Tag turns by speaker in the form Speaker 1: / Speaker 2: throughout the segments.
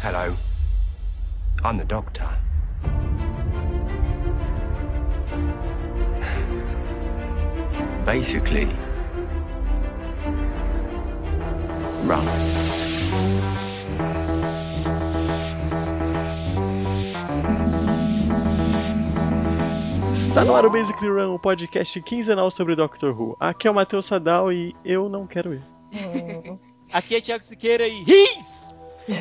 Speaker 1: Hello. I'm the Doctor. Basically, run.
Speaker 2: Está no ar o Basically Run, o podcast quinzenal sobre Doctor Who. Aqui é o Matheus Sadal e eu não quero ir.
Speaker 3: Aqui é Thiago Siqueira e RIS!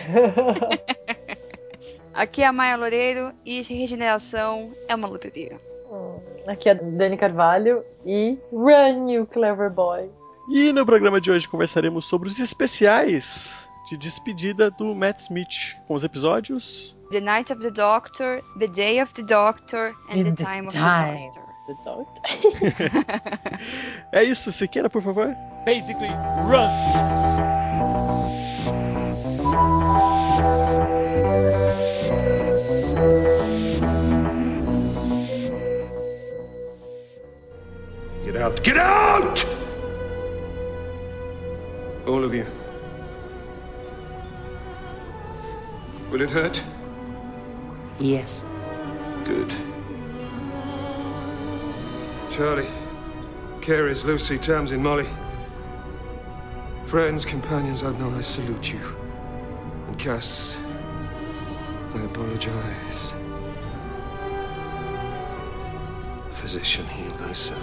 Speaker 4: Aqui é a Maia Loureiro e regeneração é uma loteria.
Speaker 5: Aqui é a Dani Carvalho e Run, you clever boy.
Speaker 2: E no programa de hoje conversaremos sobre os especiais de despedida do Matt Smith, com os episódios
Speaker 4: The Night of the Doctor, The Day of the Doctor and The Time of the Doctor.
Speaker 2: É isso, Siqueira, por favor.
Speaker 3: Basically Run!
Speaker 1: Get out! Get out! All of you. Will it hurt?
Speaker 6: Yes.
Speaker 1: Good. Charlie, Carers, Lucy, Tamsin, Molly. Friends, companions I've known, I salute you. And Cass, I apologize. Physician, heal thyself.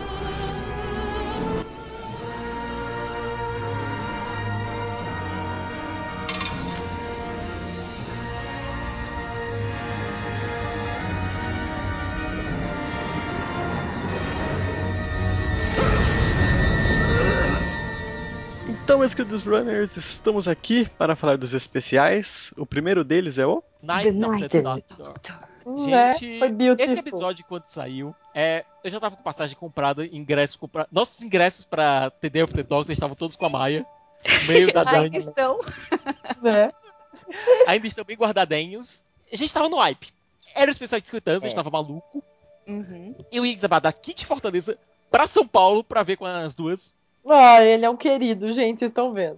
Speaker 2: Então, meus queridos runners, estamos aqui para falar dos especiais. O primeiro deles é o...
Speaker 4: The Night of the Doctor.
Speaker 3: Gente,
Speaker 5: Foi beautiful.
Speaker 3: esse episódio quando saiu, eu já tava com passagem comprada, nossos ingressos pra The Day of the Doctor estavam todos com a Maia, no meio da
Speaker 4: Ainda
Speaker 3: dungeon.
Speaker 4: estão.
Speaker 5: Né?
Speaker 3: Ainda estão bem guardadinhos. A gente tava no hype. Era o especial de 50 anos, a gente tava maluco.
Speaker 4: Uhum.
Speaker 3: Eu ia desabar daqui de Fortaleza pra São Paulo pra ver com as duas.
Speaker 5: Ah, ele é um querido, gente, vocês estão vendo.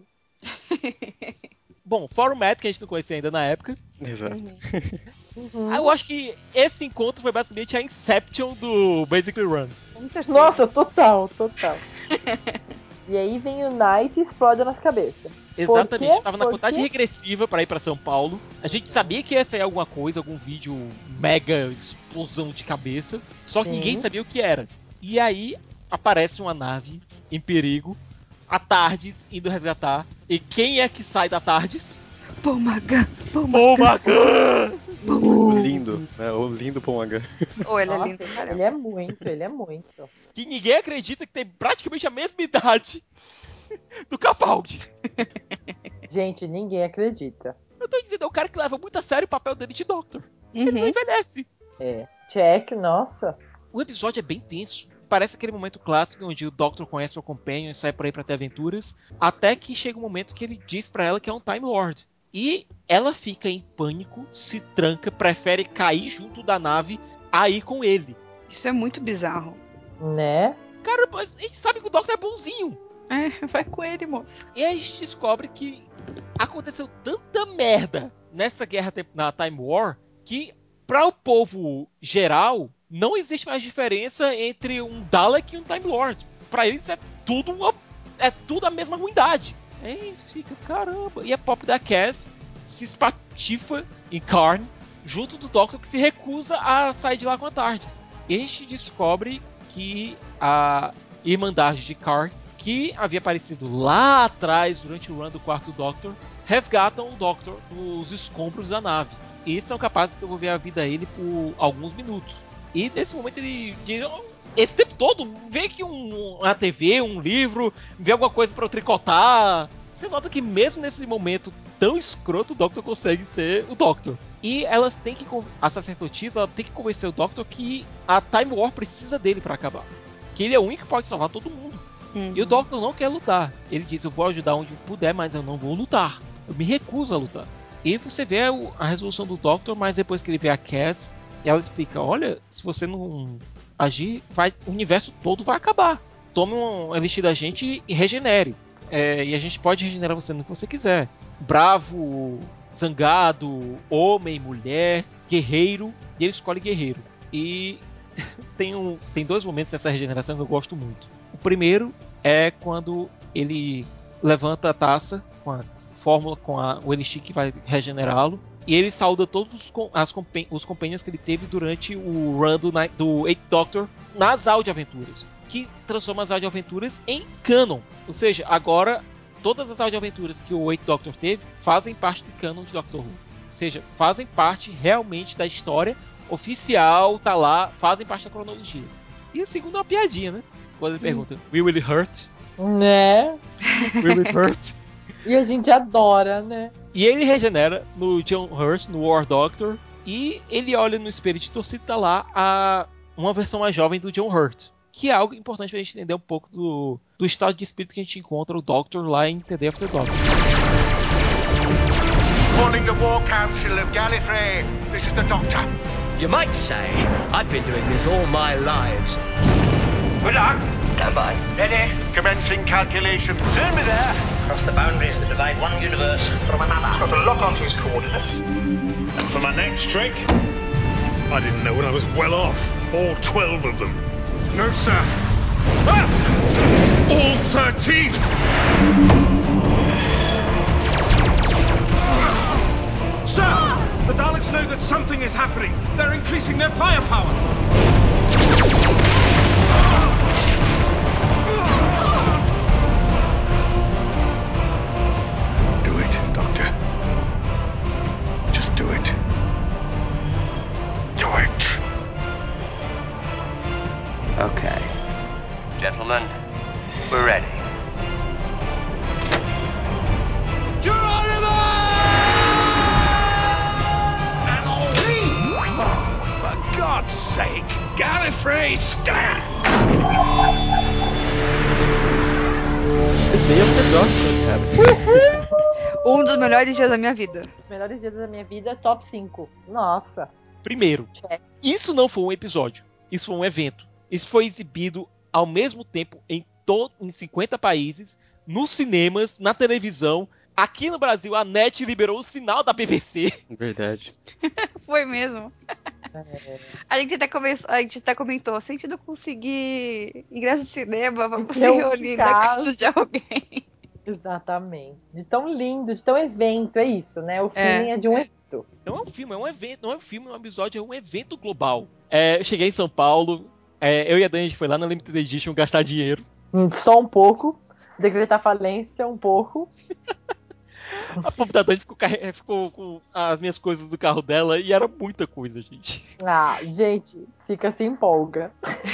Speaker 3: Bom, fora o Matt, que a gente não conhecia ainda na época.
Speaker 2: Exato.
Speaker 3: Eu acho que esse encontro foi basicamente a Inception do Basically Run.
Speaker 4: Com certeza.
Speaker 5: Nossa, total. E aí vem o Night e explode a nossa cabeça.
Speaker 3: Exatamente,
Speaker 5: Por quê?
Speaker 3: eu tava na contagem regressiva pra ir pra São Paulo. A gente sabia que ia sair alguma coisa, algum vídeo mega explosão de cabeça. Só que ninguém sabia o que era. E aí aparece uma nave em perigo, a TARDIS indo resgatar. E quem é que sai da TARDIS?
Speaker 4: Paul McGann.
Speaker 3: Paul McGann!
Speaker 2: O lindo, né? O lindo Paul McGann.
Speaker 4: Oh, ele é
Speaker 5: Nossa,
Speaker 4: lindo, cara.
Speaker 5: ele é muito.
Speaker 3: Que ninguém acredita que tem praticamente a mesma idade do Capaldi.
Speaker 5: Gente, ninguém acredita.
Speaker 3: Eu tô dizendo, é o cara que leva muito a sério o papel dele de Doctor. Ele não
Speaker 4: Uhum.
Speaker 3: envelhece.
Speaker 5: Check, nossa.
Speaker 3: O episódio é bem tenso. Parece aquele momento clássico onde o Doctor conhece o Companion e sai por aí pra ter aventuras. Até que chega um momento que ele diz pra ela que é um Time Lord. E ela fica em pânico, se tranca, prefere cair junto da nave a ir com ele.
Speaker 4: Isso é muito bizarro.
Speaker 5: Né?
Speaker 3: Cara, mas a gente sabe que o Doctor é bonzinho.
Speaker 4: Vai com ele, moça.
Speaker 3: E aí a gente descobre que aconteceu tanta merda nessa guerra na Time War que, para o povo geral, não existe mais diferença entre um Dalek e um Time Lord. Para eles é tudo a mesma ruindade. Aí fica, caramba. E a pop da Cass se espatifa em Karn, junto do Doctor, que se recusa a sair de lá com a TARDIS. E a gente descobre que a Irmandade de Karn, que havia aparecido lá atrás durante o run do quarto Doctor, resgatam o Doctor dos escombros da nave. E são capazes de devolver a vida a ele por alguns minutos. E nesse momento ele diz: esse tempo todo, vê aqui uma TV, um livro, vê alguma coisa pra eu tricotar. Você nota que mesmo nesse momento tão escroto, o Doctor consegue ser o Doctor. E elas têm que, a sacerdotisa, ela tem que convencer o Doctor que a Time War precisa dele pra acabar. Que ele é o único que pode salvar todo mundo. E o Doctor não quer lutar. Ele diz: eu vou ajudar onde eu puder, mas eu não vou lutar. Eu me recuso a lutar. E você vê a resolução do Doctor, mas depois que ele vê a Cass, ela explica: olha, se você não agir, o universo todo vai acabar. Tome um elixir da gente e regenere. E a gente pode regenerar você no que você quiser. Bravo zangado, homem, mulher, guerreiro, e ele escolhe guerreiro. E tem 2 momentos nessa regeneração que eu gosto muito. O primeiro é quando ele levanta a taça com a fórmula, com o elixir que vai regenerá-lo, e ele sauda todos os companions que ele teve durante o run do Eighth Doctor nas audioaventuras, que transforma as audioaventuras em canon. Ou seja, agora todas as audioaventuras que o Eighth Doctor teve fazem parte do canon de Doctor Who. Ou seja, fazem parte realmente da história oficial, tá lá, fazem parte da cronologia. E o segundo é uma piadinha, né? Quando ele pergunta, Will it hurt?
Speaker 5: Né?
Speaker 3: Will it hurt?
Speaker 5: E a gente adora, né?
Speaker 3: E ele regenera no John Hurt, no War Doctor, e ele olha no espelho de torcida, tá lá uma versão mais jovem do John Hurt, que é algo importante pra gente entender um pouco do estado de espírito que a gente encontra o Doctor lá em The Day of the Doctor.
Speaker 7: Calling the War Council of Gallifrey. This is the Doctor.
Speaker 8: You might say I've been doing this all my lives.
Speaker 7: Good luck.
Speaker 8: Stand by.
Speaker 7: Ready. Commencing calculations.
Speaker 8: Soon be there. Across the boundaries that divide one universe from another.
Speaker 7: Got to lock onto his coordinates.
Speaker 9: And for my next trick, I didn't know when I was well off. All 12 of them.
Speaker 7: No, sir. Ah!
Speaker 9: All 13!
Speaker 7: Sir! The Daleks know that something is happening. They're increasing their firepower.
Speaker 9: Do it, Doctor. Just do it.
Speaker 7: Do it.
Speaker 8: Okay. Gentlemen, we're ready.
Speaker 9: For God's sake, Gallifrey, stand!
Speaker 2: The Day of the Doctor, cara.
Speaker 4: Um dos melhores dias da minha vida.
Speaker 5: Os melhores dias da minha vida, top 5. Nossa.
Speaker 3: Primeiro,
Speaker 5: Check.
Speaker 3: isso não foi um episódio, isso foi um evento. Isso foi exibido ao mesmo tempo em 50 países, nos cinemas, na televisão. Aqui no Brasil, a NET liberou o sinal da BBC.
Speaker 2: Verdade.
Speaker 4: Foi mesmo. A gente até comentou, se a gente não conseguir ingresso de cinema, vamos se reunir na casa de alguém.
Speaker 5: Exatamente. De tão lindo, de tão evento, é isso, né? O feeling é de um evento.
Speaker 3: Não é um filme, é um evento. Não é um filme, é um episódio, é um evento global. Eu cheguei em São Paulo, eu e a Dani, a gente foi lá na Limited Edition gastar dinheiro.
Speaker 5: Só um pouco. Decretar falência, um pouco.
Speaker 3: A pobre da Dani ficou com as minhas coisas do carro dela e era muita coisa, gente.
Speaker 5: Ah, gente, fica se empolga.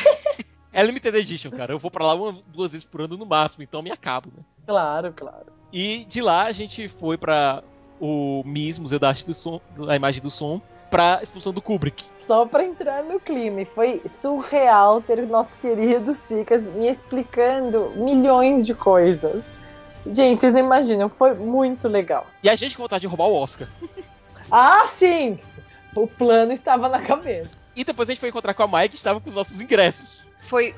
Speaker 3: É Limited Edition, cara. Eu vou pra lá 2 vezes por ano no máximo, então me acabo, né?
Speaker 5: Claro, claro.
Speaker 3: E de lá a gente foi pra o MIS, Museu da Arte do Som, da Imagem do Som, pra exposição do Kubrick.
Speaker 5: Só pra entrar no clima. Foi surreal ter o nosso querido Sicas me explicando milhões de coisas. Gente, vocês não imaginam, foi muito legal.
Speaker 3: E a gente com vontade de roubar o Oscar.
Speaker 5: Ah, sim! O plano estava na cabeça.
Speaker 3: E depois a gente foi encontrar com a Maia, que estava com os nossos ingressos.
Speaker 4: Foi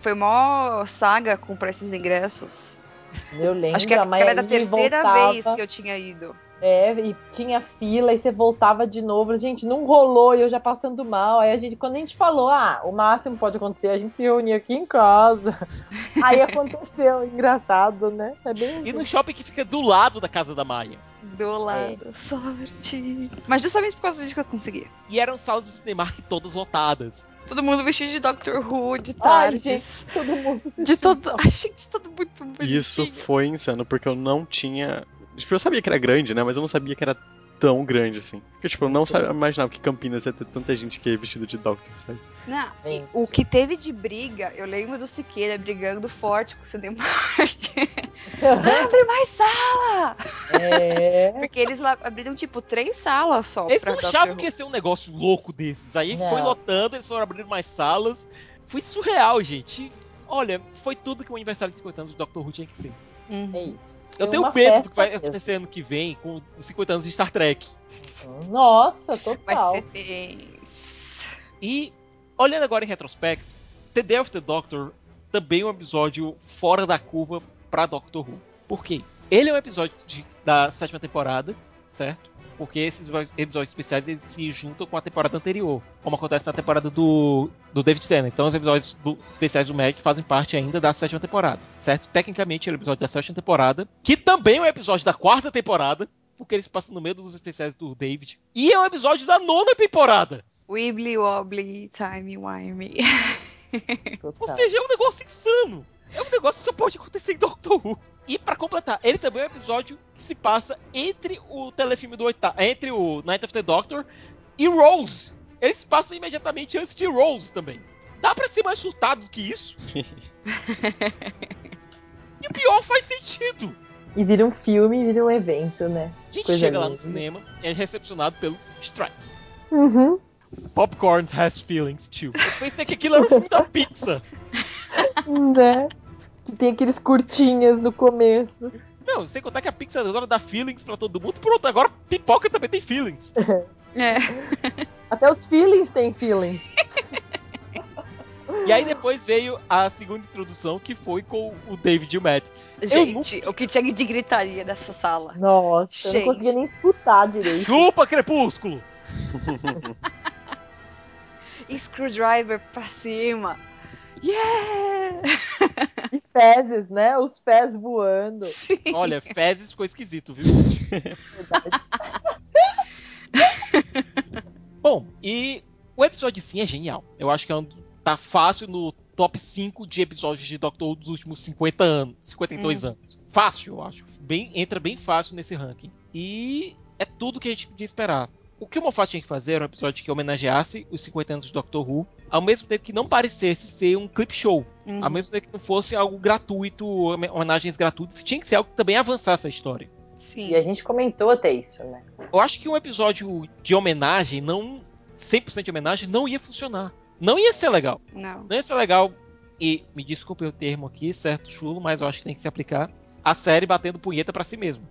Speaker 4: mó saga comprar esses ingressos.
Speaker 5: Eu lembro,
Speaker 4: Acho que era da terceira
Speaker 5: voltava.
Speaker 4: vez que eu tinha ido.
Speaker 5: E tinha fila, e você voltava de novo. Gente, não rolou, e eu já passando mal. Aí quando a gente falou, o máximo pode acontecer, a gente se reunir aqui em casa. Aí aconteceu, engraçado, né? É bem assim.
Speaker 3: E no shopping que fica do lado da casa da Maia.
Speaker 4: Do lado, sorte. Mas justamente por causa disso que eu consegui.
Speaker 3: E eram salas do Cinemark todas lotadas.
Speaker 4: Todo mundo vestido de Doctor Who, de
Speaker 5: Ai,
Speaker 4: tardes.
Speaker 5: gente, todo mundo
Speaker 4: De todo. Ai, gente, todo muito bonitinho.
Speaker 2: Isso foi insano, porque eu não tinha. Tipo, eu sabia que era grande, né? Mas eu não sabia que era tão grande assim. Porque, tipo, eu não imaginava que Campinas ia ter tanta gente que é vestido de Doctor, sabe?
Speaker 4: Não, o que teve de briga, eu lembro do Siqueira brigando forte com o Cinemark. Abre mais sala! Porque eles lá abriram, tipo, 3 salas só.
Speaker 3: Eles
Speaker 4: pra
Speaker 3: achavam que ia ser um negócio louco desses. Aí foi lotando, eles foram abrindo mais salas. Foi surreal, gente. Olha, foi tudo que o aniversário de 50 anos do Dr. Who tinha que ser.
Speaker 5: É isso.
Speaker 3: Eu tenho medo do que vai acontecer ano que vem com os 50 anos de Star Trek.
Speaker 5: Nossa, total.
Speaker 4: Vai ser tenso.
Speaker 3: E, olhando agora em retrospecto, The Day of the Doctor também é um episódio fora da curva pra Doctor Who. Por quê? Ele é um episódio da 7ª temporada, certo? porque esses episódios especiais eles se juntam com a temporada anterior, como acontece na temporada do David Tennant. Então os episódios especiais do Matt fazem parte ainda da 7ª temporada, certo? Tecnicamente é o episódio da 7ª temporada, que também é um episódio da 4ª temporada, porque eles passam no meio dos especiais do David, e é um episódio da 9ª temporada.
Speaker 4: Wibbly wobbly, timey wimey.
Speaker 3: Ou seja, é um negócio insano. É um negócio que só pode acontecer em Doctor Who. E pra completar, ele também é um episódio que se passa entre o telefilme do entre o Night of the Doctor e Rose. Ele se passa imediatamente antes de Rose também. Dá pra ser mais surtado do que isso? E o pior faz sentido.
Speaker 5: E vira um filme, vira um evento, né?
Speaker 3: A gente
Speaker 5: Coisa
Speaker 3: chega lá no
Speaker 5: linda.
Speaker 3: cinema e é recepcionado pelo Strikes.
Speaker 5: Uhum.
Speaker 3: Popcorn has feelings too. Eu pensei que aquilo era um filme da Pixar.
Speaker 5: Né? Que tem aqueles curtinhas no começo.
Speaker 3: Não, sem contar que a Pixar agora dá feelings pra todo mundo. Pronto, agora pipoca também tem feelings.
Speaker 4: É.
Speaker 5: Até os feelings têm feelings.
Speaker 3: E aí depois veio a segunda introdução, que foi com o David e o Matt.
Speaker 4: Gente, o que tinha de gritaria dessa sala.
Speaker 5: Nossa, eu não
Speaker 4: Gente.
Speaker 5: conseguia nem escutar direito.
Speaker 3: Chupa, Crepúsculo!
Speaker 4: E Screwdriver pra cima. Yeah!
Speaker 5: E fezes, né? Os fezes voando.
Speaker 4: Sim.
Speaker 3: Olha, fezes ficou esquisito, viu?
Speaker 5: Verdade.
Speaker 3: Bom, e o episódio sim é genial. Eu acho que tá fácil no top 5 de episódios de Doctor Who dos últimos 50 anos, 52 anos. Fácil, eu acho. Entra bem fácil nesse ranking. E é tudo que a gente podia esperar. O que o Moffat tinha que fazer era um episódio que homenageasse os 50 anos de Doctor Who, ao mesmo tempo que não parecesse ser um clip show. Ao mesmo tempo que não fosse algo gratuito, homenagens gratuitas. Tinha que ser algo que também avançasse a história.
Speaker 4: Sim.
Speaker 5: E a gente comentou até isso, né?
Speaker 3: Eu acho que um episódio de homenagem, não 100% de homenagem, não ia funcionar. Não ia ser legal.
Speaker 4: Não.
Speaker 3: Não ia ser legal, e me desculpe o termo aqui, certo, chulo, mas eu acho que tem que se aplicar, a série batendo punheta pra si mesmo.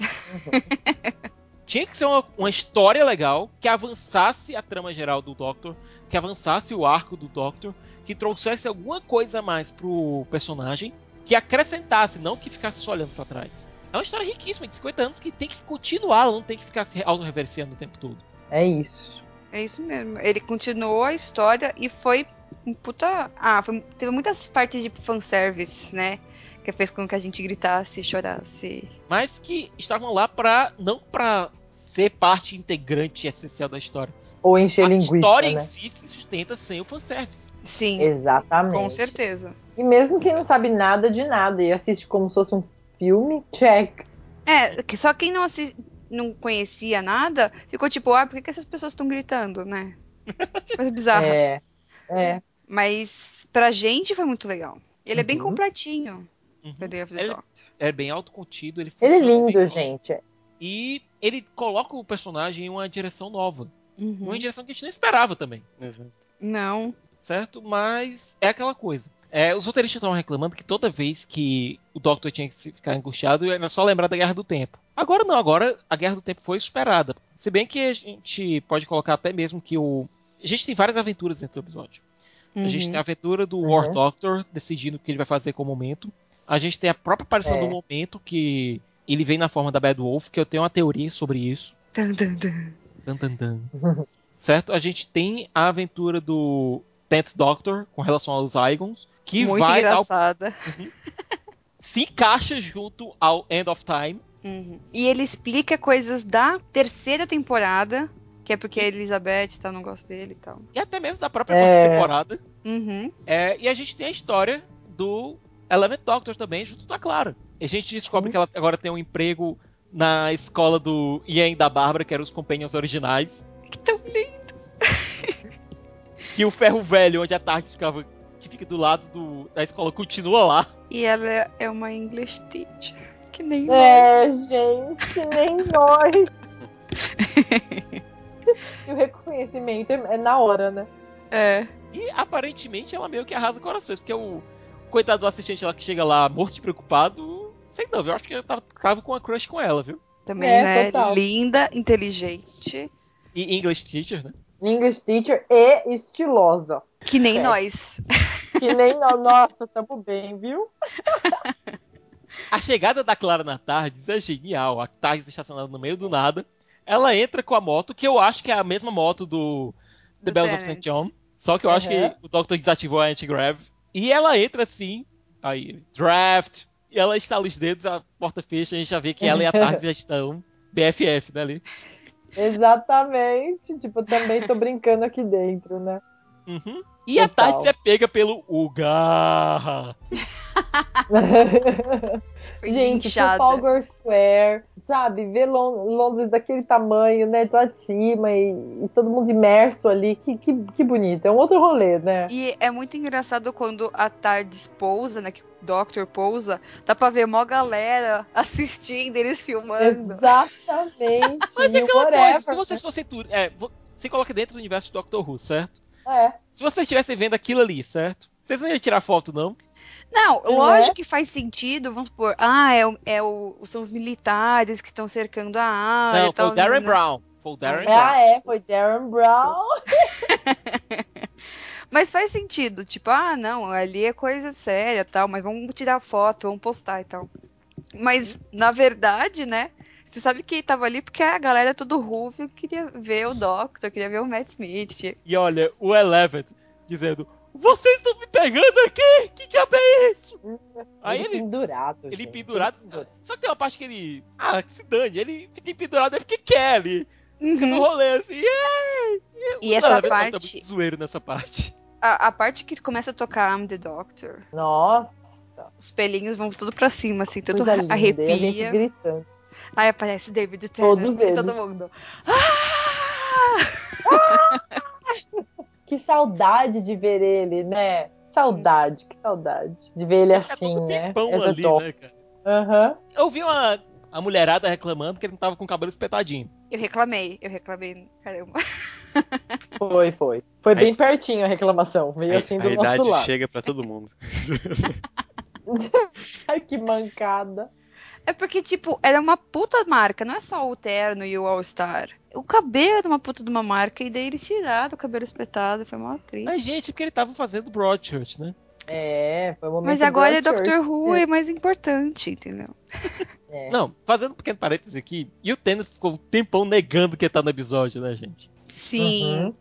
Speaker 3: Tinha que ser uma história legal, que avançasse a trama geral do Doctor, que avançasse o arco do Doctor, que trouxesse alguma coisa a mais pro personagem, que acrescentasse, não que ficasse só olhando pra trás. É uma história riquíssima, de 50 anos, que tem que continuar, não tem que ficar se auto-reverenciando o tempo todo.
Speaker 5: É isso.
Speaker 4: É isso mesmo. Ele continuou a história e foi um puta... teve muitas partes de fanservice, né? Que fez com que a gente gritasse, chorasse.
Speaker 3: Mas que estavam lá não pra ser parte integrante essencial da história.
Speaker 5: Ou encher
Speaker 3: A
Speaker 5: linguiça,
Speaker 3: história
Speaker 5: né?
Speaker 3: em si se sustenta sem o fanservice.
Speaker 4: Sim,
Speaker 5: Exatamente.
Speaker 4: com certeza.
Speaker 5: E mesmo quem não sabe nada de nada e assiste como se fosse um filme, check.
Speaker 4: Que só quem não conhecia nada, ficou tipo, por que essas pessoas estão gritando, né? Coisa bizarra.
Speaker 5: É.
Speaker 4: Mas pra gente foi muito legal. Ele é bem completinho. Cadê a
Speaker 3: Ele
Speaker 4: Doctor?
Speaker 3: é bem autocontido, ele
Speaker 5: Ele é
Speaker 3: funciona
Speaker 5: lindo,
Speaker 3: bem.
Speaker 5: gente.
Speaker 3: E ele coloca o personagem em uma direção nova.
Speaker 4: Uhum.
Speaker 3: Uma direção que a gente não esperava também.
Speaker 4: Não.
Speaker 3: Certo? Mas é aquela coisa. Os roteiristas estavam reclamando que toda vez que o Doctor tinha que ficar angustiado, era só lembrar da Guerra do Tempo. Agora não, agora a Guerra do Tempo foi superada. Se bem que a gente pode colocar até mesmo que a gente tem várias aventuras dentro do episódio. A gente tem a aventura do War Doctor decidindo o que ele vai fazer com o momento. A gente tem a própria aparição do momento, que ele vem na forma da Bad Wolf, que eu tenho uma teoria sobre isso. Certo? A gente tem a aventura do 10th Doctor com relação aos Zygons, que
Speaker 4: muito
Speaker 3: vai
Speaker 4: engraçada.
Speaker 3: se encaixa junto ao End of Time.
Speaker 4: E ele explica coisas da terceira temporada, que é porque a Elizabeth não gosta dele e tal.
Speaker 3: E até mesmo da própria quarta temporada. E a gente tem a história do 11th Doctor também, junto da Clara. E a gente descobre que ela agora tem um emprego na escola do Ian e da Bárbara, que eram os Companions originais.
Speaker 4: Que tão lindo!
Speaker 3: Que o ferro velho, onde a TARDIS ficava, que fica do lado da escola, continua lá.
Speaker 4: E ela é uma English teacher. Que nem nós.
Speaker 5: Gente, que nem nós. E o reconhecimento é na hora, né?
Speaker 3: E aparentemente ela meio que arrasa corações, porque o coitado do assistente lá que chega lá morto de preocupado, sei não, eu acho que eu tava com uma crush com ela, viu?
Speaker 4: Também, né? Total. Linda, inteligente.
Speaker 3: E English teacher, né?
Speaker 5: English teacher e estilosa.
Speaker 4: Que nem nós.
Speaker 5: Que nem nós. Nossa, tamo bem, viu?
Speaker 3: A chegada da Clara na TARDIS é genial. A TARDIS estacionada no meio do nada. ela entra com a moto, que eu acho que é a mesma moto do The
Speaker 4: Do
Speaker 3: Bells of
Speaker 4: Tenet.
Speaker 3: St. John. Só que eu acho que o Doctor desativou a anti-grav. E ela entra assim, aí, draft, e ela estala os dedos, a porta fecha, a gente já vê que ela e a Tarde já estão BFF, né, ali.
Speaker 5: Exatamente. Tipo, também tô brincando aqui dentro, né?
Speaker 3: Uhum. E a
Speaker 5: Total.
Speaker 3: Tarde é pega pelo Ugarra.
Speaker 4: Foi
Speaker 5: Gente,
Speaker 4: linchada.
Speaker 5: Trafalgar Square, sabe? Ver Londres daquele tamanho, né? Lá de cima e todo mundo imerso ali. Que bonito. É um outro rolê, né?
Speaker 4: E é muito engraçado quando a TARDIS pousa, né? Que o Doctor pousa, dá pra ver mó galera assistindo, eles filmando.
Speaker 5: Exatamente.
Speaker 3: Mas é
Speaker 5: E
Speaker 3: aquela coisa,
Speaker 5: whatever.
Speaker 3: se vocês fossem se coloca dentro do universo do Doctor Who, certo?
Speaker 5: É.
Speaker 3: Se vocês estivessem vendo aquilo ali, certo? Vocês não iam tirar foto, não?
Speaker 4: Não,
Speaker 5: Não
Speaker 4: lógico
Speaker 5: é?
Speaker 4: que faz sentido, vamos supor, são os militares que estão cercando a área
Speaker 3: Não,
Speaker 4: e
Speaker 3: foi o
Speaker 4: tal.
Speaker 3: Darren
Speaker 4: Né?
Speaker 3: Brown. Foi o Darren
Speaker 4: Ah,
Speaker 3: Brown.
Speaker 5: Ah, é. Foi Darren Brown.
Speaker 4: Mas faz sentido, tipo, não, ali é coisa séria e tal, mas vamos tirar foto, vamos postar e tal. Mas, na verdade, né, você sabe que tava ali porque a galera todo rúvio queria ver o Doctor, queria ver o Matt Smith.
Speaker 3: E olha, o Eleven dizendo: vocês estão me pegando aqui? Que diabo é isso? Aí ele
Speaker 5: pendurado,
Speaker 3: ele
Speaker 5: gente.
Speaker 3: pendurado. Só que tem uma parte que ele. Que se dane. Ele fica pendurado é porque quer ali. Fica no rolê assim.
Speaker 4: E
Speaker 3: O
Speaker 4: essa
Speaker 3: Eleven tá
Speaker 4: parte,
Speaker 3: muito zoeiro nessa parte.
Speaker 4: a parte que começa a tocar I'm the Doctor,
Speaker 5: Nossa.
Speaker 4: os pelinhos vão tudo pra cima, assim, tudo
Speaker 5: Coisa linda.
Speaker 4: arrepia.
Speaker 5: E a gente gritando.
Speaker 4: Aí aparece David
Speaker 5: Todos
Speaker 4: Tennant e todo
Speaker 5: eles.
Speaker 4: mundo.
Speaker 5: Que saudade de ver ele, né? Saudade, que saudade de ver ele
Speaker 3: Ele tá
Speaker 5: assim,
Speaker 3: todo
Speaker 5: né?
Speaker 3: pimpão
Speaker 5: As a
Speaker 3: ali,
Speaker 5: Doctor.
Speaker 3: né, cara?
Speaker 5: Aham.
Speaker 3: Eu vi a mulherada reclamando que ele não tava com o cabelo espetadinho.
Speaker 4: Eu reclamei, caramba.
Speaker 5: Foi. Foi bem pertinho a reclamação. Veio assim
Speaker 2: A
Speaker 5: do nosso
Speaker 2: idade
Speaker 5: lado.
Speaker 2: chega pra todo mundo.
Speaker 5: Ai, que mancada.
Speaker 4: É porque, tipo, era uma puta marca, não é só o terno e o All-Star. O cabelo era uma puta de uma marca, e daí eles tiraram o cabelo espetado, foi mó triste.
Speaker 3: Mas, gente, porque ele tava fazendo Broadchurch, né?
Speaker 5: É, foi o momento
Speaker 4: Mas agora é
Speaker 5: Broadchurch.
Speaker 4: Doctor Who, é mais importante, entendeu?
Speaker 5: É.
Speaker 3: Não, fazendo um pequeno parênteses aqui, e o Tennant ficou um tempão negando que ele tá no episódio, né, gente?
Speaker 4: Sim,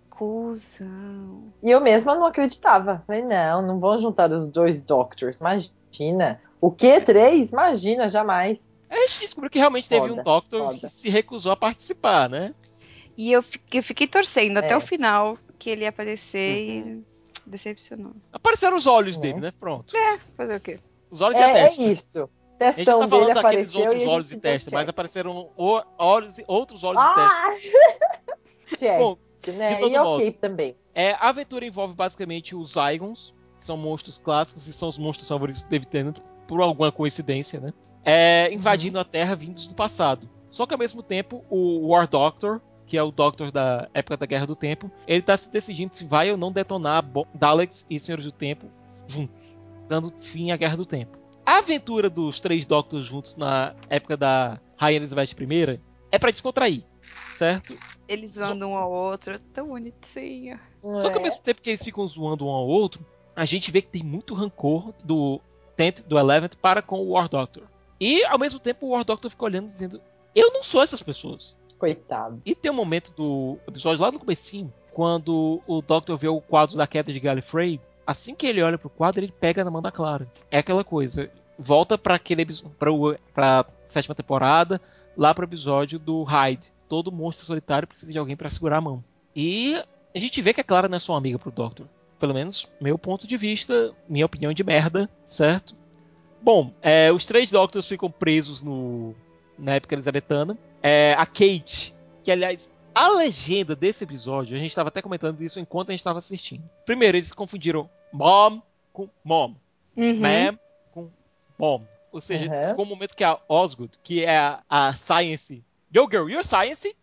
Speaker 4: cuzão.
Speaker 5: E eu mesma não acreditava. Falei, não vão juntar os dois Doctors. Imagina. O quê? 3? Imagina, jamais.
Speaker 3: Aí a gente descobriu que realmente teve um Doctor
Speaker 5: foda.
Speaker 3: que se recusou a participar, né?
Speaker 4: E eu fiquei torcendo até
Speaker 5: É.
Speaker 4: o final que ele ia aparecer e decepcionou.
Speaker 3: Apareceram os olhos dele, né? Pronto.
Speaker 4: Fazer o quê?
Speaker 3: Os olhos e a
Speaker 5: É
Speaker 3: testa.
Speaker 5: isso.
Speaker 3: A gente
Speaker 5: Testão
Speaker 3: não tá falando
Speaker 5: dele
Speaker 3: daqueles
Speaker 5: apareceu
Speaker 3: outros
Speaker 5: e a
Speaker 3: olhos e
Speaker 5: gente
Speaker 3: testa,
Speaker 5: deu
Speaker 3: mas
Speaker 5: check.
Speaker 3: apareceram outros olhos e testa.
Speaker 5: Check,
Speaker 3: Bom,
Speaker 5: né?
Speaker 3: de todo
Speaker 5: E
Speaker 3: modo,
Speaker 5: ok também.
Speaker 3: a aventura envolve basicamente os Zygons, que são monstros clássicos e são os monstros favoritos do David Tennant, por alguma coincidência, né? Invadindo a Terra vindos do passado. Só que ao mesmo tempo, o War Doctor, que é o Doctor da época da Guerra do Tempo, ele tá se decidindo se vai ou não detonar Daleks e Senhores do Tempo juntos, dando fim à Guerra do Tempo. A aventura dos 3 Doctors juntos na época da Rainha Elizabeth I é pra descontrair, certo?
Speaker 4: Eles zoando um ao outro, tão bonitinho.
Speaker 3: Só que ao mesmo tempo que eles ficam zoando um ao outro, a gente vê que tem muito rancor do Eleven para com o War Doctor. E ao mesmo tempo o War Doctor fica olhando dizendo: eu não sou essas pessoas.
Speaker 5: Coitado.
Speaker 3: E tem um momento do episódio lá no comecinho, quando o Doctor vê o quadro da queda de Gallifrey, assim que ele olha pro quadro, ele pega na mão da Clara. É aquela coisa. Volta pra aquele pra 7ª temporada, lá pro episódio do Hyde. Todo monstro solitário precisa de alguém pra segurar a mão. E a gente vê que a Clara não é só uma amiga pro Doctor. Pelo menos, meu ponto de vista, minha opinião de merda, certo? Bom, os 3 Doctors ficam presos na época elizabetana. A Kate, que aliás, a legenda desse episódio, a gente estava até comentando isso enquanto a gente estava assistindo. Primeiro, eles confundiram Mom com Mom. Ma'am com Mom. Ou seja, ficou um momento que a Osgood, que é a Science, Yo Girl, you're Science,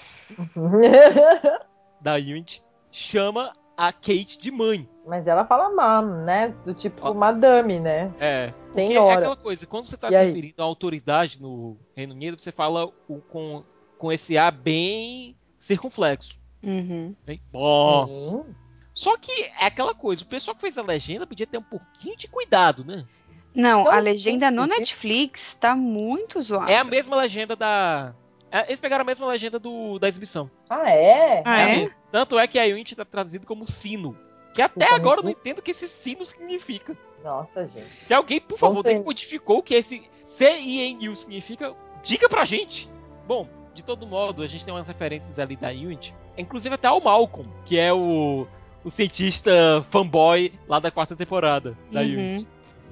Speaker 3: da Unity, chama a Kate de mãe.
Speaker 5: Mas ela fala mom, né? Do tipo madame, né?
Speaker 3: Porque
Speaker 5: Senhora.
Speaker 3: é aquela coisa, quando você está se referindo à autoridade no Reino Unido, você fala com esse A bem circunflexo. Bem, bom.
Speaker 5: Sim.
Speaker 3: Só que é aquela coisa, o pessoal que fez a legenda podia ter um pouquinho de cuidado, né?
Speaker 4: Não, a legenda no Netflix tá muito zoada.
Speaker 3: É a mesma legenda Eles pegaram a mesma legenda da exibição.
Speaker 5: Ah, é?
Speaker 4: Ah, é?
Speaker 3: mesmo. Tanto é que a Unity tá traduzido como sino. Que até
Speaker 5: Sino
Speaker 3: agora eu não
Speaker 5: significa?
Speaker 3: entendo o que esse sino significa.
Speaker 5: Nossa, gente.
Speaker 3: Se alguém, por favor,
Speaker 5: Vamos ver.
Speaker 3: decodificou o que esse CINU significa, diga pra gente. Bom, de todo modo, a gente tem umas referências ali da Unity. Inclusive até ao Malcolm, que é o cientista fanboy lá da 4ª temporada da Unity.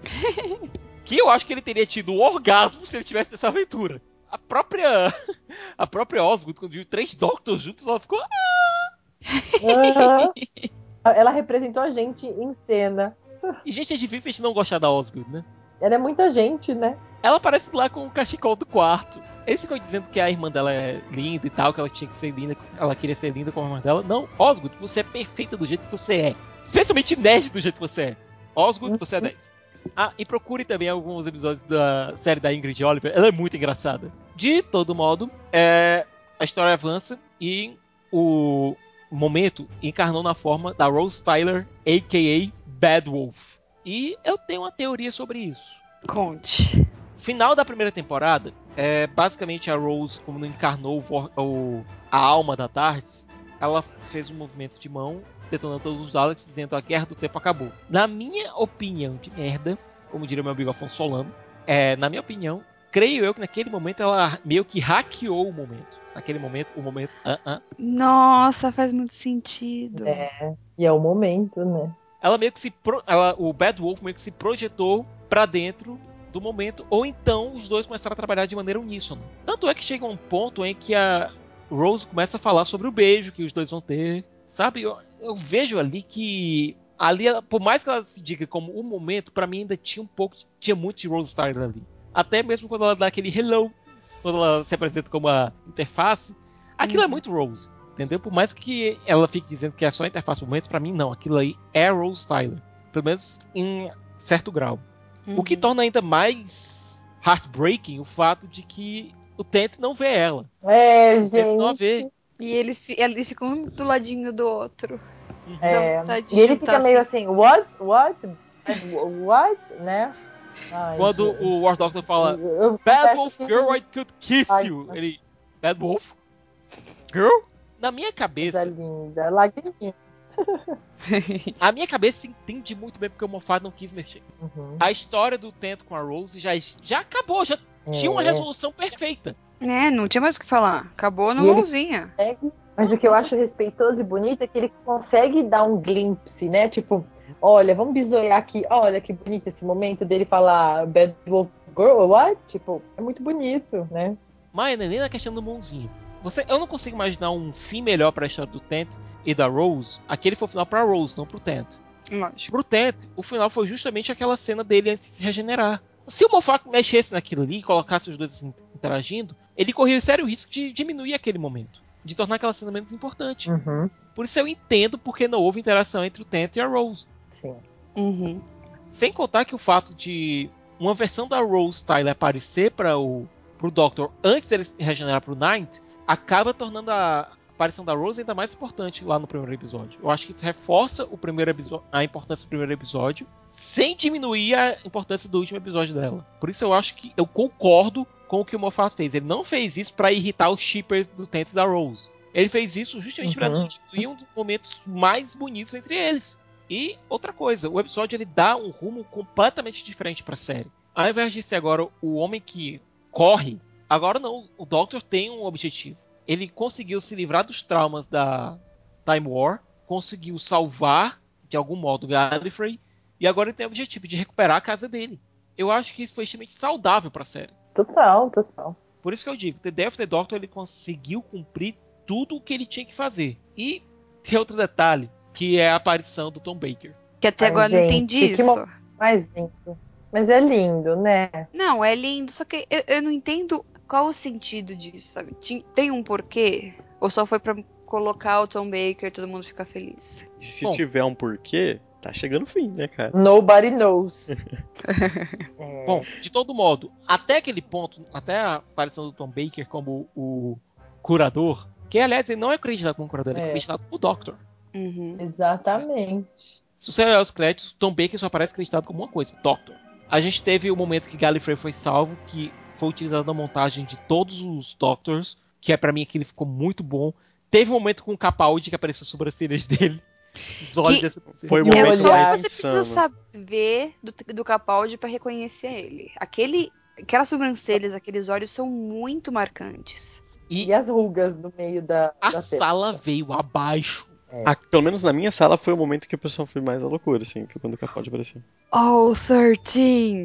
Speaker 3: Que eu acho que ele teria tido um orgasmo se ele tivesse essa aventura. A própria Osgood, quando viu 3 Doctors juntos, ela ficou...
Speaker 5: Aham. Ela representou a gente em cena.
Speaker 3: E, gente, é difícil a gente não gostar da Osgood, né?
Speaker 5: Ela é muita gente, né?
Speaker 3: Ela aparece lá com o cachecol do quarto. Eles ficam dizendo que a irmã dela é linda e tal, que ela tinha que ser linda, ela queria ser linda como a irmã dela. Não, Osgood, você é perfeita do jeito que você é. Especialmente nerd do jeito que você é. Osgood, você é 10. Ah, e procure também alguns episódios da série da Ingrid Oliver. Ela é muito engraçada. De todo modo, a história avança e o momento encarnou na forma da Rose Tyler, a.k.a. Bad Wolf. E eu tenho uma teoria sobre isso.
Speaker 4: Conte.
Speaker 3: Final da primeira temporada, basicamente a Rose, como não encarnou a alma da TARDIS, ela fez um movimento de mão, detonando todos os Daleks, dizendo a guerra do tempo acabou. Na minha opinião de merda, como diria meu amigo Afonso Solano, na minha opinião, creio eu que naquele momento ela meio que hackeou o momento. Naquele momento, o momento...
Speaker 4: Nossa, faz muito sentido.
Speaker 5: E é o momento, né?
Speaker 3: Ela meio que o Bad Wolf meio que se projetou pra dentro do momento, ou então os dois começaram a trabalhar de maneira uníssona. Tanto é que chega um ponto em que a Rose começa a falar sobre o beijo que os dois vão ter, sabe? Eu vejo ali que por mais que ela se diga como um momento, pra mim ainda tinha muito de Rose Tyler ali. Até mesmo quando ela dá aquele hello, quando ela se apresenta como a interface, aquilo é muito Rose. Entendeu? Por mais que ela fique dizendo que é só a interface do momento, pra mim não. Aquilo aí é Rose Tyler. Pelo menos em certo grau. O que torna ainda mais heartbreaking o fato de que o Tent não vê ela. O Tent não a vê.
Speaker 4: E eles ficam um do ladinho do outro.
Speaker 5: E ele fica meio assim, what, né? Ai,
Speaker 3: quando
Speaker 5: gente.
Speaker 3: o War Doctor fala Bad Wolf Girl, I could kiss you. Ele, Bad Wolf Girl? Na minha cabeça...
Speaker 5: Coisa linda, lagriminha.
Speaker 3: A minha cabeça entende muito bem porque o Moffat não quis mexer. A história do Tent com a Rose já acabou, já tinha uma resolução perfeita.
Speaker 4: Não tinha mais o que falar. Acabou na mãozinha.
Speaker 5: Mas o que eu acho respeitoso e bonito é que ele consegue dar um glimpse, né? Tipo, olha, vamos bisoiar aqui. Olha que bonito esse momento dele falar Bad Wolf Girl, what? Tipo, é muito bonito, né?
Speaker 3: Mas nem na questão do mãozinho. Eu não consigo imaginar um fim melhor pra história do Tent e da Rose. Aquele foi o final pra Rose, não pro Tent.
Speaker 4: Lógico.
Speaker 3: Pro Tent, o final foi justamente aquela cena dele antes de se regenerar. Se o Moffat mexesse naquilo ali e colocasse os dois interagindo, ele corria o sério risco de diminuir aquele momento. De tornar aquela cena menos importante. Por isso eu entendo porque não houve interação entre o Tent e a Rose.
Speaker 5: Sim.
Speaker 3: Sem contar que o fato de uma versão da Rose Tyler aparecer pro Doctor antes dele se regenerar pro Ninth, acaba tornando a aparição da Rose ainda mais importante lá no primeiro episódio. Eu acho que isso reforça a importância do primeiro episódio, sem diminuir a importância do último episódio dela. Por isso eu acho que eu concordo com o que o Moffat fez. Ele não fez isso para irritar os shippers do Tent e da Rose. Ele fez isso justamente para não diminuir um dos momentos mais bonitos entre eles. E outra coisa, o episódio ele dá um rumo completamente diferente para a série. Ao invés de ser agora o homem que corre, agora não, o Doctor tem um objetivo. Ele conseguiu se livrar dos traumas da Time War, conseguiu salvar, de algum modo, Gallifrey, e agora ele tem o objetivo de recuperar a casa dele. Eu acho que isso foi extremamente saudável para a série.
Speaker 5: Total.
Speaker 3: Por isso que eu digo, The Death of the Doctor ele conseguiu cumprir tudo o que ele tinha que fazer. E tem outro detalhe, que é a aparição do Tom Baker.
Speaker 4: Que até agora não entendi isso.
Speaker 5: Mais lindo. Mas é lindo, né?
Speaker 4: Não, é lindo, só que eu não entendo qual o sentido disso, sabe? Tem um porquê? Ou só foi pra colocar o Tom Baker e todo mundo ficar feliz?
Speaker 2: Se tiver um porquê, tá chegando o fim, né, cara?
Speaker 5: Nobody knows.
Speaker 3: Bom, de todo modo, até aquele ponto, até a aparição do Tom Baker como o curador, que aliás ele não é acreditado como curador, ele é acreditado como Doctor.
Speaker 5: Exatamente.
Speaker 3: Se você olhar os créditos, Tom Baker só aparece acreditado como uma coisa, Doctor. A gente teve o momento que Gallifrey foi salvo, que foi utilizado na montagem de todos os Doctors, que pra mim aquele ficou muito bom. Teve um momento com o Capaldi que apareceu as sobrancelhas dele. Os olhos
Speaker 4: Que-
Speaker 3: dessa
Speaker 2: Foi o
Speaker 5: E o
Speaker 2: momento
Speaker 4: Só
Speaker 5: olhar.
Speaker 2: mais
Speaker 4: você precisa
Speaker 2: insano.
Speaker 4: saber do Capaldi pra reconhecer ele. Aquelas sobrancelhas, aqueles olhos são muito marcantes.
Speaker 5: E as rugas no meio da
Speaker 3: A
Speaker 5: testa.
Speaker 3: sala veio abaixo.
Speaker 2: Pelo menos na minha sala foi o momento que o pessoal foi mais à loucura, assim, foi quando o Capaldi apareceu.
Speaker 4: Oh, 13!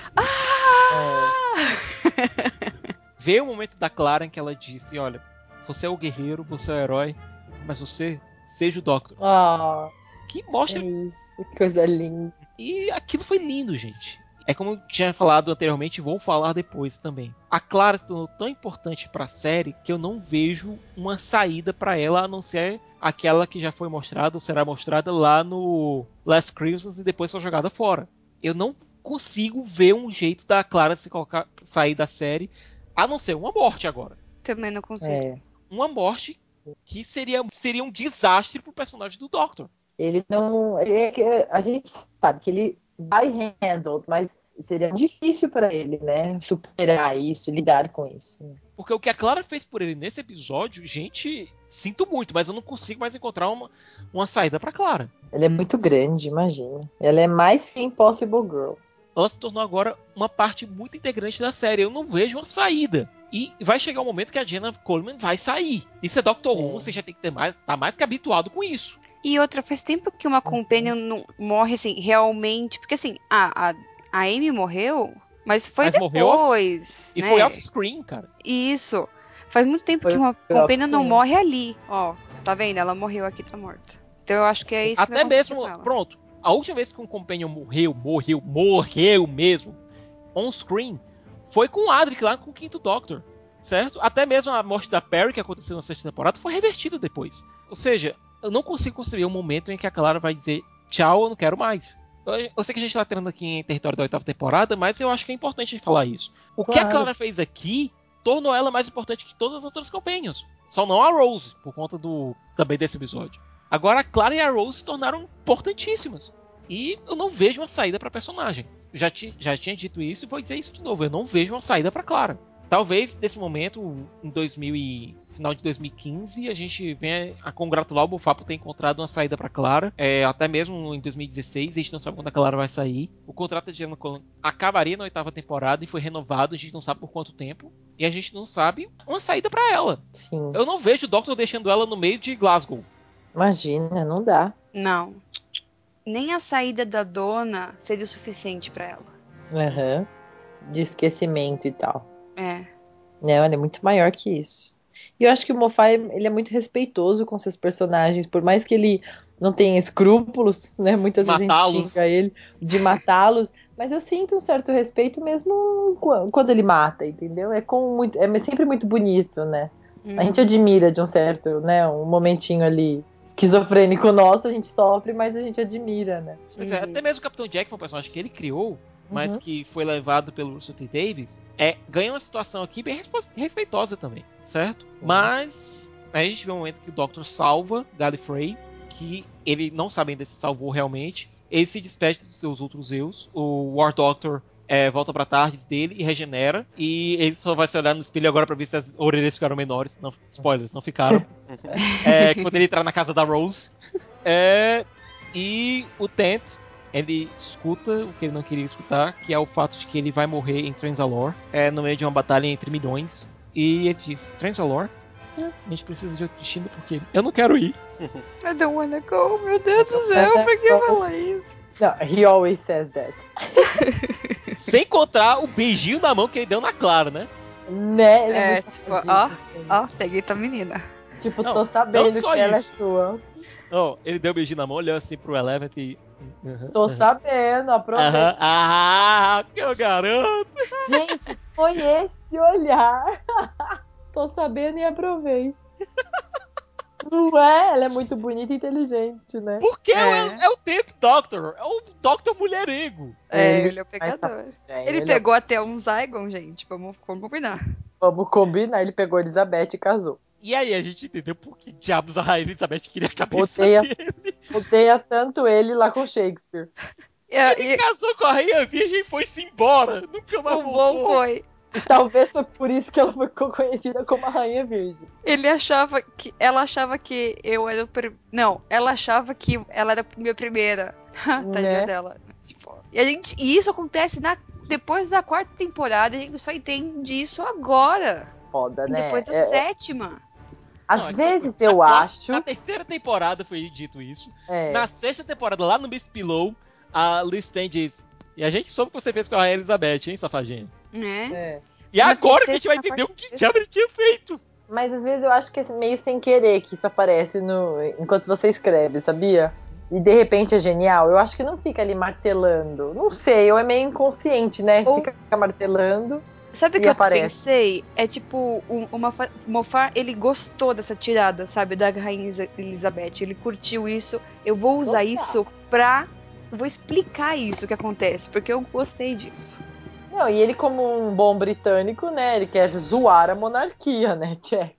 Speaker 3: Veio o momento da Clara em que ela disse, olha, você é o guerreiro, você é o herói, mas você seja o Doctor.
Speaker 5: Ah,
Speaker 3: Que
Speaker 5: é
Speaker 3: mostra...
Speaker 5: isso. Que coisa linda.
Speaker 3: E aquilo foi lindo, gente. É como eu tinha falado anteriormente e vou falar depois também. A Clara se tornou tão importante pra série que eu não vejo uma saída pra ela a não ser aquela que já foi mostrada ou será mostrada lá no Last Christmas e depois foi jogada fora. Eu não consigo ver um jeito da Clara sair da série a não ser uma morte agora.
Speaker 4: Também não consigo.
Speaker 5: É.
Speaker 3: Uma morte que seria um desastre pro personagem do Doctor.
Speaker 5: Ele não. A gente sabe que ele vai handle, mas seria difícil para ele, né? Superar isso, lidar com isso. Né?
Speaker 3: Porque o que a Clara fez por ele nesse episódio, gente, sinto muito, mas eu não consigo mais encontrar uma saída pra Clara.
Speaker 5: Ela é muito grande, imagina. Ela é mais que Impossible Girl.
Speaker 3: Ela se tornou agora uma parte muito integrante da série. Eu não vejo uma saída. E vai chegar um momento que a Jenna Coleman vai sair. Isso é Doctor Who, você já tem que tá mais que habituado com isso.
Speaker 4: E outra, faz tempo que uma companion não morre, assim, realmente. Porque, assim, a Amy morreu, mas foi
Speaker 3: Mas morreu
Speaker 4: depois,
Speaker 3: E
Speaker 4: né?
Speaker 3: foi off-screen, cara.
Speaker 4: Isso. Faz muito tempo
Speaker 5: Foi
Speaker 4: que uma companion não
Speaker 5: off-screen.
Speaker 4: morre ali. Ó, tá vendo? Ela morreu aqui, tá morta. Então eu acho que é isso que vai
Speaker 3: Até
Speaker 4: acontecer
Speaker 3: mesmo,
Speaker 4: com ela.
Speaker 3: pronto. A última vez que um Companion morreu mesmo, on-screen, foi com o Adric lá com o quinto Doctor, certo? Até mesmo a morte da Perry, que aconteceu na sexta temporada, foi revertida depois. Ou seja, eu não consigo construir um momento em que a Clara vai dizer tchau, eu não quero mais. Eu sei que a gente tá entrando aqui em território da oitava temporada, mas eu acho que é importante a gente falar isso. O que a Clara fez aqui tornou ela mais importante que todas as outras Companions. Só não a Rose, por conta também desse episódio. Agora a Clara e a Rose se tornaram importantíssimas. E eu não vejo uma saída pra personagem. Já tinha dito isso e vou dizer isso de novo. Eu não vejo uma saída pra Clara. Talvez, nesse momento, final de 2015, a gente venha a congratular o Moffat por ter encontrado uma saída pra Clara. Até mesmo em 2016, a gente não sabe quando a Clara vai sair. O contrato de Jenna Coleman acabaria na oitava temporada e foi renovado, a gente não sabe por quanto tempo. E a gente não sabe uma saída pra ela.
Speaker 5: Sim.
Speaker 3: Eu não vejo o Doctor deixando ela no meio de Glasgow.
Speaker 5: Imagina, não dá.
Speaker 4: Não. Nem a saída da dona seria o suficiente pra ela.
Speaker 5: Aham. De esquecimento e tal.
Speaker 4: É.
Speaker 5: Não, ele é muito maior que isso. E eu acho que o Moffat, ele é muito respeitoso com seus personagens, por mais que ele não tenha escrúpulos, né? Muitas vezes a gente xinga ele de matá-los, mas eu sinto um certo respeito mesmo quando ele mata, entendeu? É sempre muito bonito, né? A gente admira de um certo, né? Um momentinho ali esquizofrênico nosso, a gente sofre, mas a gente admira, né?
Speaker 3: Pois é, até mesmo o Capitão Jack foi um personagem que ele criou, mas que foi levado pelo Russell T. Davies, ganha uma situação aqui bem respeitosa também, certo? Mas aí a gente vê um momento que o Doctor salva Gallifrey, que ele não sabe ainda se salvou realmente. Ele se despede dos seus outros eus. O War Doctor volta pra tardes dele e regenera. E ele só vai se olhar no espelho agora pra ver se as orelhas ficaram menores. Não, spoilers, não ficaram. Quando ele entrar na casa da Rose. E o Tent, ele escuta o que ele não queria escutar, que é o fato de que ele vai morrer em Trenzalore, no meio de uma batalha entre milhões. E ele diz, Trenzalore? A gente precisa de outro destino porque eu não quero ir.
Speaker 4: I don't wanna go, meu Deus do céu, por que falar isso?
Speaker 5: Não, he always says that.
Speaker 3: Sem encontrar o beijinho na mão que ele deu na Clara, né?
Speaker 5: Né? Ele é muito
Speaker 4: tipo, ó, peguei tua menina.
Speaker 5: Tipo,
Speaker 3: Não,
Speaker 5: tô sabendo
Speaker 3: não só
Speaker 5: que ela é
Speaker 3: isso.
Speaker 5: sua.
Speaker 3: Oh, ele deu um beijinho na mão, olhou assim pro Eleven e...
Speaker 5: Tô sabendo, aproveita.
Speaker 3: Que eu garanto.
Speaker 5: Gente, foi esse olhar. Tô sabendo e aproveita. Não é? Ela é muito bonita e inteligente, né?
Speaker 3: Porque é o Tenth Doctor. É o Doctor mulherengo.
Speaker 4: Ele é o pegador. Ele pegou até um Zygon, gente. Vamos combinar.
Speaker 5: Vamos combinar. Ele pegou a Elizabeth e casou.
Speaker 3: E aí a gente entendeu por que diabos a Rainha Elizabeth queria a cabeça dele.
Speaker 5: Odeia tanto ele lá com Shakespeare.
Speaker 3: Ele casou com a Rainha Virgem e foi-se embora. Nunca mais voltou.
Speaker 4: Bom foi.
Speaker 5: E talvez foi por isso que ela ficou conhecida como a Rainha Virgem.
Speaker 4: Ela achava que eu era Não, ela achava que ela era a minha primeira. Tadinha
Speaker 5: Né?
Speaker 4: dela. Tipo, e isso acontece depois da 4ª temporada, a gente só entende isso agora.
Speaker 5: Foda,
Speaker 4: E
Speaker 5: né?
Speaker 4: depois da 7ª.
Speaker 5: Às
Speaker 3: Não,
Speaker 5: vezes
Speaker 3: na
Speaker 5: eu
Speaker 3: quarta-
Speaker 5: acho.
Speaker 3: Na 3ª temporada foi dito isso.
Speaker 5: É.
Speaker 3: Na 6ª temporada, lá no Miss Pillow, a Liz Ten diz: e a gente soube o que você fez com a Rainha Elizabeth, hein, safadinha?
Speaker 4: Né?
Speaker 3: E
Speaker 4: Na
Speaker 3: agora que a
Speaker 4: terceira,
Speaker 3: gente vai
Speaker 4: na
Speaker 3: entender o
Speaker 4: quarta,
Speaker 3: que diabo ele tinha feito.
Speaker 5: Mas às vezes eu acho que é meio sem querer que isso aparece enquanto você escreve, sabia? E de repente é genial. Eu acho que não fica ali martelando. Não sei, ou é meio inconsciente, né?
Speaker 4: Ou-
Speaker 5: Fica martelando.
Speaker 4: Sabe o
Speaker 5: E
Speaker 4: que eu
Speaker 5: aparece.
Speaker 4: pensei? É tipo, o Moffat, ele gostou dessa tirada, sabe? Da Rainha Elizabeth. Ele curtiu isso. Eu vou usar
Speaker 5: Total.
Speaker 4: isso vou explicar isso que acontece, porque eu gostei disso.
Speaker 5: Não, e ele, como um bom britânico, né? Ele quer zoar a monarquia, né, Jack?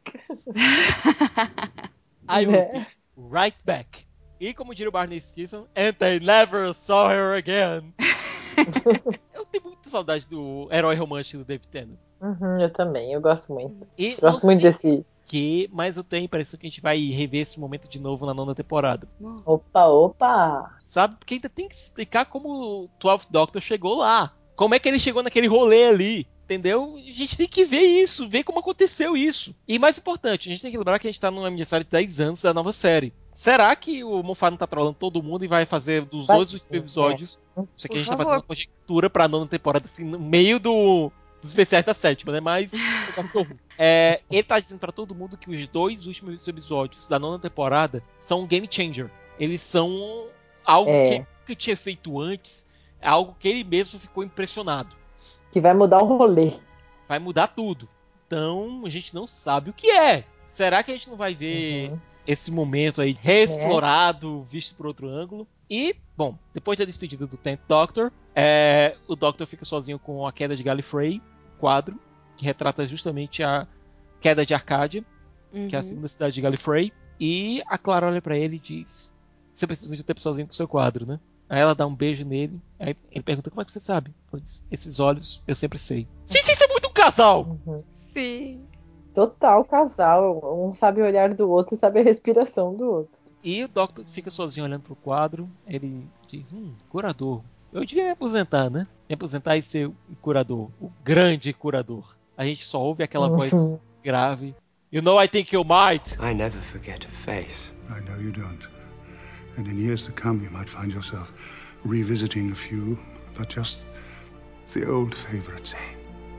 Speaker 3: I will
Speaker 5: Né?
Speaker 3: be right back. E como diria o Barney Stinson, and they never saw her again. Eu tenho muita saudade do herói romântico do David Tennant.
Speaker 5: Uhum, eu também, eu gosto muito.
Speaker 3: E
Speaker 5: Gosto muito desse.
Speaker 3: mas eu tenho a impressão que a gente vai rever esse momento de novo na 9ª temporada.
Speaker 5: Opa!
Speaker 3: Sabe? Porque ainda tem que explicar como o 12th Doctor chegou lá. Como é que ele chegou naquele rolê ali. Entendeu? A gente tem que ver isso, ver como aconteceu isso. E mais importante, a gente tem que lembrar que a gente tá num aniversário de 10 anos da nova série. Será que o Moffat não tá trolando todo mundo e vai fazer dos
Speaker 5: Vai
Speaker 3: dois
Speaker 5: sim,
Speaker 3: episódios? Isso aqui
Speaker 4: Por
Speaker 3: a gente tá
Speaker 4: favor.
Speaker 3: fazendo uma conjectura pra 9ª temporada, assim, no meio dos especiais da 7ª, né? Mas você tá muito ruim. Ele tá dizendo pra todo mundo que os 2 últimos episódios da 9ª temporada são um game changer. Eles são algo que ele nunca tinha feito antes, algo que ele mesmo ficou impressionado.
Speaker 5: Que vai mudar o rolê.
Speaker 3: Vai mudar tudo. Então, a gente não sabe o que é. Será que a gente não vai ver esse momento aí reexplorado, visto por outro ângulo? E, bom, depois da despedida do 10th Doctor, o Doctor fica sozinho com a queda de Gallifrey, quadro, que retrata justamente a queda de Arcádia, que é a segunda cidade de Gallifrey. E a Clara olha pra ele e diz: você precisa de um tempo sozinho com o seu quadro, né? Aí ela dá um beijo nele. Aí ele pergunta: como é que você sabe? Ela diz: esses olhos eu sempre sei. Gente, isso é muito um casal!
Speaker 4: Sim.
Speaker 5: Total casal. Um sabe o olhar do outro e sabe a respiração do outro.
Speaker 3: E o Doctor fica sozinho olhando pro quadro. Ele diz: curador. Eu devia me aposentar, né? Me aposentar e ser o curador. O grande curador. A gente só ouve aquela voz grave. You know I think you might.
Speaker 1: I never forget a face.
Speaker 10: I know you don't. And in years to come, you might find yourself revisiting a few, but just the old favorites, eh?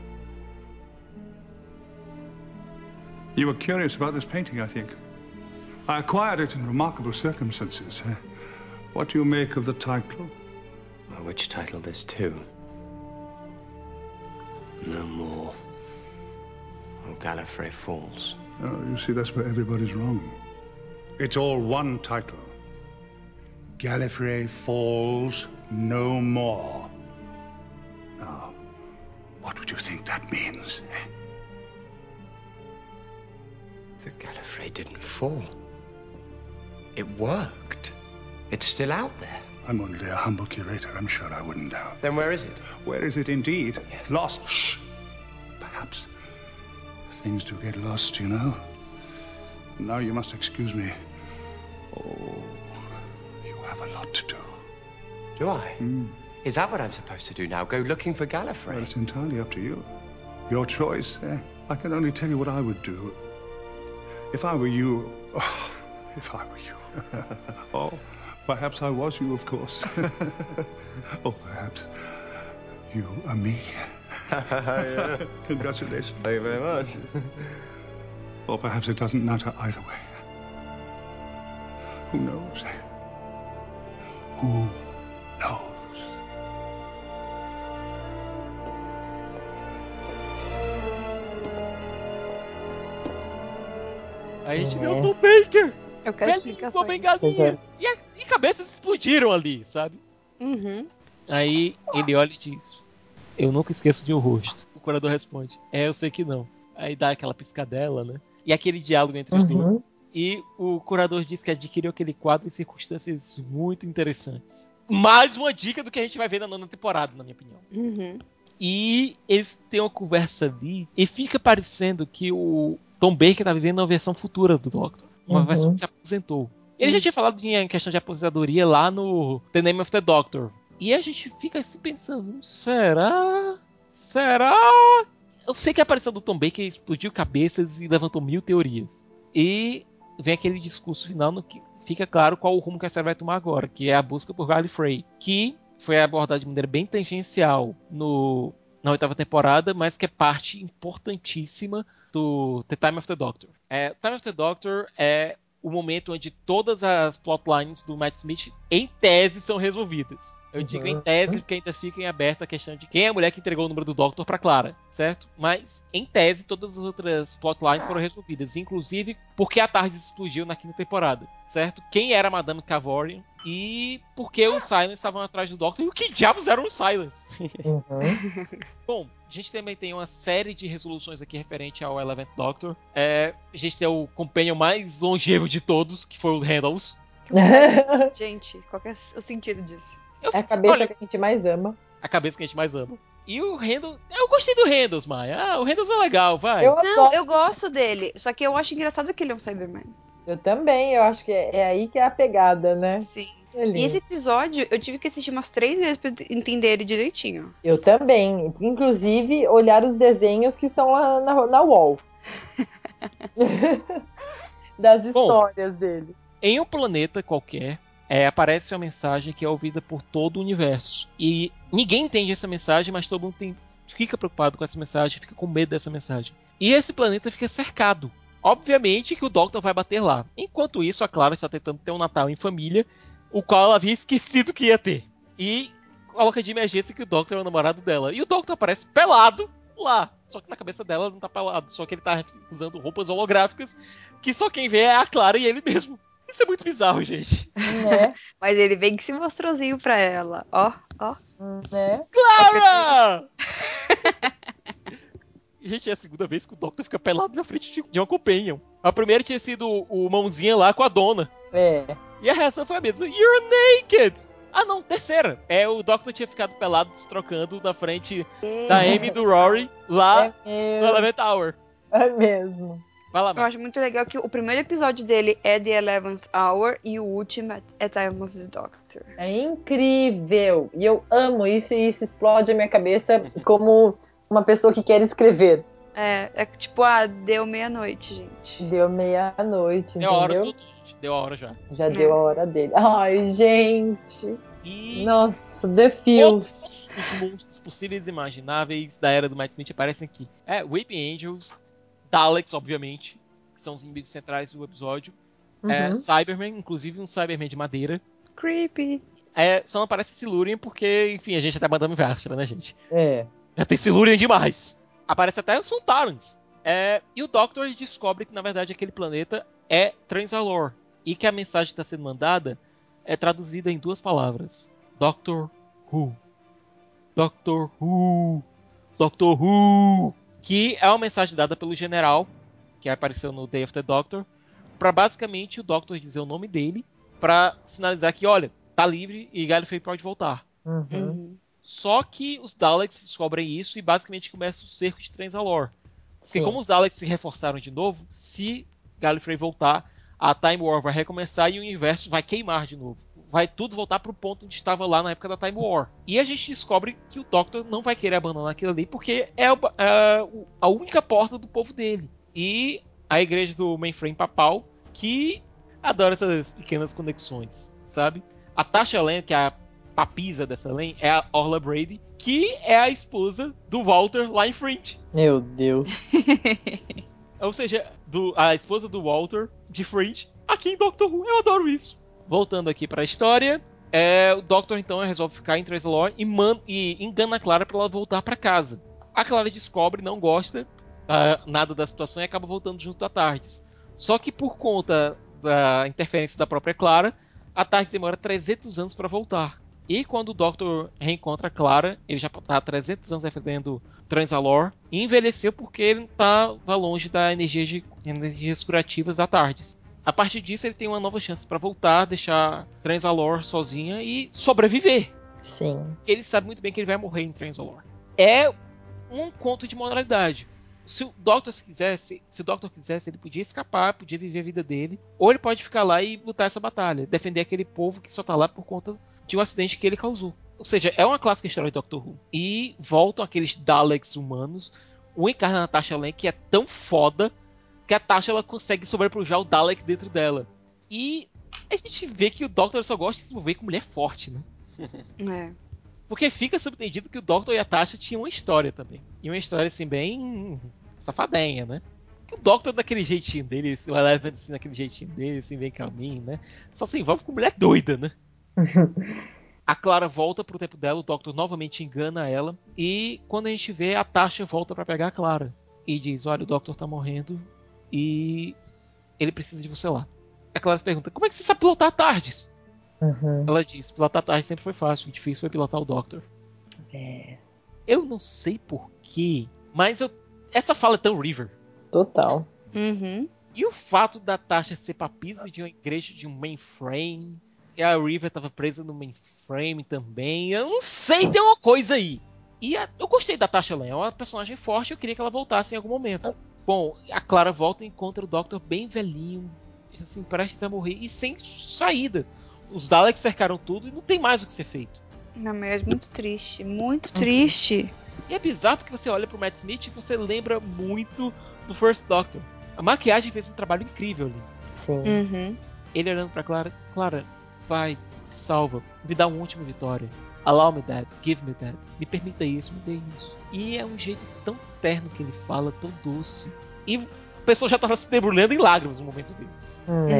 Speaker 10: You were curious about this painting, I think. I acquired it in remarkable circumstances. What do you make of the title?
Speaker 1: Which title this to? No more. Oh, Gallifrey Falls.
Speaker 10: Oh, you see, that's where everybody's wrong. It's all one title. Gallifrey Falls no more. Now, what would you think that means?
Speaker 1: The Gallifrey didn't fall. It worked. It's still out there.
Speaker 10: I'm only a humble curator. I'm sure I wouldn't doubt.
Speaker 1: Then where is it?
Speaker 10: Where is it indeed?
Speaker 1: Yes.
Speaker 10: Lost. Shh. Perhaps things do get lost, you know. Now you must excuse me. Oh, you have a lot to do.
Speaker 1: Do I? Is that what I'm supposed to do now? Go looking for Gallifrey?
Speaker 10: Well, it's entirely up to you. Your choice. I can only tell you what I would do. If I were you... Oh, if I were you... oh, perhaps I was you, of course. Or perhaps you are me.
Speaker 1: Yeah.
Speaker 10: Congratulations.
Speaker 1: Thank you very much.
Speaker 10: Or perhaps it doesn't matter either way. Who knows? Who knows?
Speaker 3: A gente vê o Tom Baker.
Speaker 4: Eu quero explicar
Speaker 3: Com a
Speaker 4: só
Speaker 3: bengalinha. E cabeças explodiram ali, sabe?
Speaker 4: Uhum.
Speaker 3: Aí ele olha e diz: eu nunca esqueço de um rosto. O curador responde: eu sei que não. Aí dá aquela piscadela, né? E aquele diálogo entre os dois. E o curador diz que adquiriu aquele quadro em circunstâncias muito interessantes. Mais uma dica do que a gente vai ver na 9ª temporada, na minha opinião.
Speaker 4: Uhum.
Speaker 3: E eles têm uma conversa ali e fica parecendo que o Tom Baker tá vivendo uma versão futura do Doctor. Uma versão que se aposentou. Ele já tinha falado em questão de aposentadoria lá no The Name of the Doctor. E a gente fica assim pensando, será? Eu sei que a aparição do Tom Baker explodiu cabeças e levantou 1000 teorias. E vem aquele discurso final no que fica claro qual o rumo que a série vai tomar agora, que é a busca por Gallifrey, que foi abordado de maneira bem tangencial na 8ª temporada, mas que é parte importantíssima do The Time of the Doctor. Time of the Doctor é o momento onde todas as plotlines do Matt Smith, em tese, são resolvidas. Eu digo em tese porque ainda fica em aberto a questão de quem é a mulher que entregou o número do Doctor pra Clara, certo? Mas, em tese, todas as outras plotlines foram resolvidas, inclusive porque a TARDIS explodiu na 5ª temporada, certo? Quem era a Madame Cavorian e por que os Silence estavam atrás do Doctor e o que diabos eram os Silence? Bom, a gente também tem uma série de resoluções aqui referente ao 11th Doctor. A gente tem o companion mais longevo de todos, que foi o Randalls.
Speaker 4: Gente, qual que é o sentido disso?
Speaker 5: É a cabeça que a gente mais ama.
Speaker 3: A cabeça que a gente mais ama. E o Randall... Eu gostei do Randalls, Maia. O Randalls é legal, vai.
Speaker 4: Eu gosto dele. Só que eu acho engraçado que ele é um Cyberman.
Speaker 5: Eu também, eu acho que é aí que é a pegada, né?
Speaker 4: Sim. E esse episódio, eu tive que assistir umas 3 vezes pra entender ele direitinho.
Speaker 5: Eu também. Inclusive, olhar os desenhos que estão lá na wall. Das histórias dele.
Speaker 3: Em um planeta qualquer, aparece uma mensagem que é ouvida por todo o universo. E ninguém entende essa mensagem, mas todo mundo fica preocupado com essa mensagem, fica com medo dessa mensagem. E esse planeta fica cercado. Obviamente que o Doctor vai bater lá. Enquanto isso, a Clara está tentando ter um Natal em família, o qual ela havia esquecido que ia ter. E coloca de emergência que o Doctor é o namorado dela. E o Doctor aparece pelado lá. Só que na cabeça dela não tá pelado. Só que ele tá usando roupas holográficas que só quem vê é a Clara e ele mesmo. Isso é muito bizarro, gente.
Speaker 4: Mas ele bem que se mostrozinho pra ela. Ó.
Speaker 3: Clara! Gente, é a segunda vez que o Doctor fica pelado na frente de uma companion. A primeira tinha sido o mãozinha lá com a dona. E a reação foi a mesma. You're naked! Ah, não, terceira. O Doctor tinha ficado pelado se trocando na frente da Amy e do Rory lá no 11th Hour.
Speaker 5: É mesmo.
Speaker 3: Vai lá,
Speaker 4: eu acho muito legal que o primeiro episódio dele é The 11th Hour e o último é Time of the Doctor.
Speaker 5: É incrível. E eu amo isso e isso explode a minha cabeça como uma pessoa que quer escrever.
Speaker 4: É tipo, deu meia-noite, gente.
Speaker 5: Deu meia-noite,
Speaker 3: deu a hora
Speaker 5: entendeu?
Speaker 3: gente. Deu a hora já.
Speaker 5: Já deu a hora dele. Ai, gente. Nossa, The Feels.
Speaker 3: Todos os monstros possíveis e imagináveis da era do Matt Smith aparecem aqui. Weeping Angels, Daleks, obviamente, que são os inimigos centrais do episódio. Cyberman, inclusive um Cyberman de madeira.
Speaker 4: Creepy.
Speaker 3: Só não aparece Silurian porque, enfim, a gente tá mandando Vastra, né, gente?
Speaker 5: Já
Speaker 3: tem Silurian demais. Aparece até os Sontarans. E o Doctor descobre que, na verdade, aquele planeta é Transalor. E que a mensagem que está sendo mandada é traduzida em 2 palavras. Doctor Who. Doctor Who. Doctor Who. Que é uma mensagem dada pelo general, que apareceu no Day of the Doctor, para basicamente o Doctor dizer o nome dele, para sinalizar que, olha, tá livre e Gallifrey pode voltar. Só que os Daleks descobrem isso e basicamente começa o cerco de Transalor. Porque como os Daleks se reforçaram de novo, se Gallifrey voltar, a Time War vai recomeçar e o universo vai queimar de novo. Vai tudo voltar pro ponto onde estava lá na época da Time War. E a gente descobre que o Doctor não vai querer abandonar aquilo ali porque é a única porta do povo dele. E a igreja do mainframe papal, que adora essas pequenas conexões, sabe? A Tasha Lane, que é a papisa dessa lane, é a Orla Brady, que é a esposa do Walter lá em Fringe.
Speaker 5: Meu Deus.
Speaker 3: Ou seja, a esposa do Walter de Fringe aqui em Doctor Who. Eu adoro isso. Voltando aqui pra história, o Doctor então resolve ficar em Transalor e engana a Clara pra ela voltar pra casa. A Clara descobre, não gosta nada da situação e acaba voltando junto à TARDIS. Só que por conta da interferência da própria Clara, a TARDIS demora 300 anos pra voltar. E quando o Doctor reencontra a Clara, ele já está há 300 anos defendendo Transalor e envelheceu porque ele estava longe das energias curativas da TARDIS. A partir disso, ele tem uma nova chance para voltar, deixar Transalor sozinha e sobreviver.
Speaker 5: Sim.
Speaker 3: Ele sabe muito bem que ele vai morrer em Transalor. é um conto de moralidade. Se o Doctor quisesse, ele podia escapar, podia viver a vida dele, ou ele pode ficar lá e lutar essa batalha, defender aquele povo que só tá lá por conta de um acidente que ele causou. Ou seja, é uma clássica história de Doctor Who. E voltam aqueles Daleks humanos. O encarna Natasha Lane, que é tão foda que a Tasha ela consegue sobrepujar o Dalek dentro dela. E a gente vê que o Doctor só gosta de se envolver com mulher forte, né?
Speaker 4: É.
Speaker 3: Porque fica subentendido que o Doctor e a Tasha tinham uma história também. E uma história assim bem safadenha, né? Que o Doctor daquele jeitinho dele, o Eleven assim daquele jeitinho dele, assim bem calminho, né? Só se envolve com mulher doida, né? A Clara volta pro tempo dela, o Doctor novamente engana ela. E quando a gente vê, a Tasha volta pra pegar a Clara. E diz, olha, o Doctor tá morrendo e ele precisa de você lá. A Clara se pergunta, como é que você sabe pilotar a TARDIS? Ela diz, pilotar a TARDIS sempre foi fácil, o difícil foi pilotar o Doctor. Eu não sei porquê, mas essa fala é tão River.
Speaker 5: Total.
Speaker 4: Uhum.
Speaker 3: E o fato da Tasha ser papisa de uma igreja de um mainframe, e a River tava presa no mainframe também, eu não sei, tem uma coisa aí. E eu gostei da Tasha Lane, é uma personagem forte, eu queria que ela voltasse em algum momento. Bom, a Clara volta e encontra o Doctor bem velhinho, assim, prestes a morrer, e sem saída. Os Daleks cercaram tudo e não tem mais o que ser feito.
Speaker 4: Não, mas é muito triste, muito triste.
Speaker 3: E é bizarro porque você olha pro Matt Smith e você lembra muito do First Doctor. A maquiagem fez um trabalho incrível ali.
Speaker 5: Sim.
Speaker 4: Uhum.
Speaker 3: Ele olhando pra Clara, Clara, vai, se salva, me dá uma última vitória. Allow me that, give me that. Me permita isso, me dê isso. E é um jeito tão terno que ele fala, tão doce. E a pessoa já tava se debulhando em lágrimas no momento desses.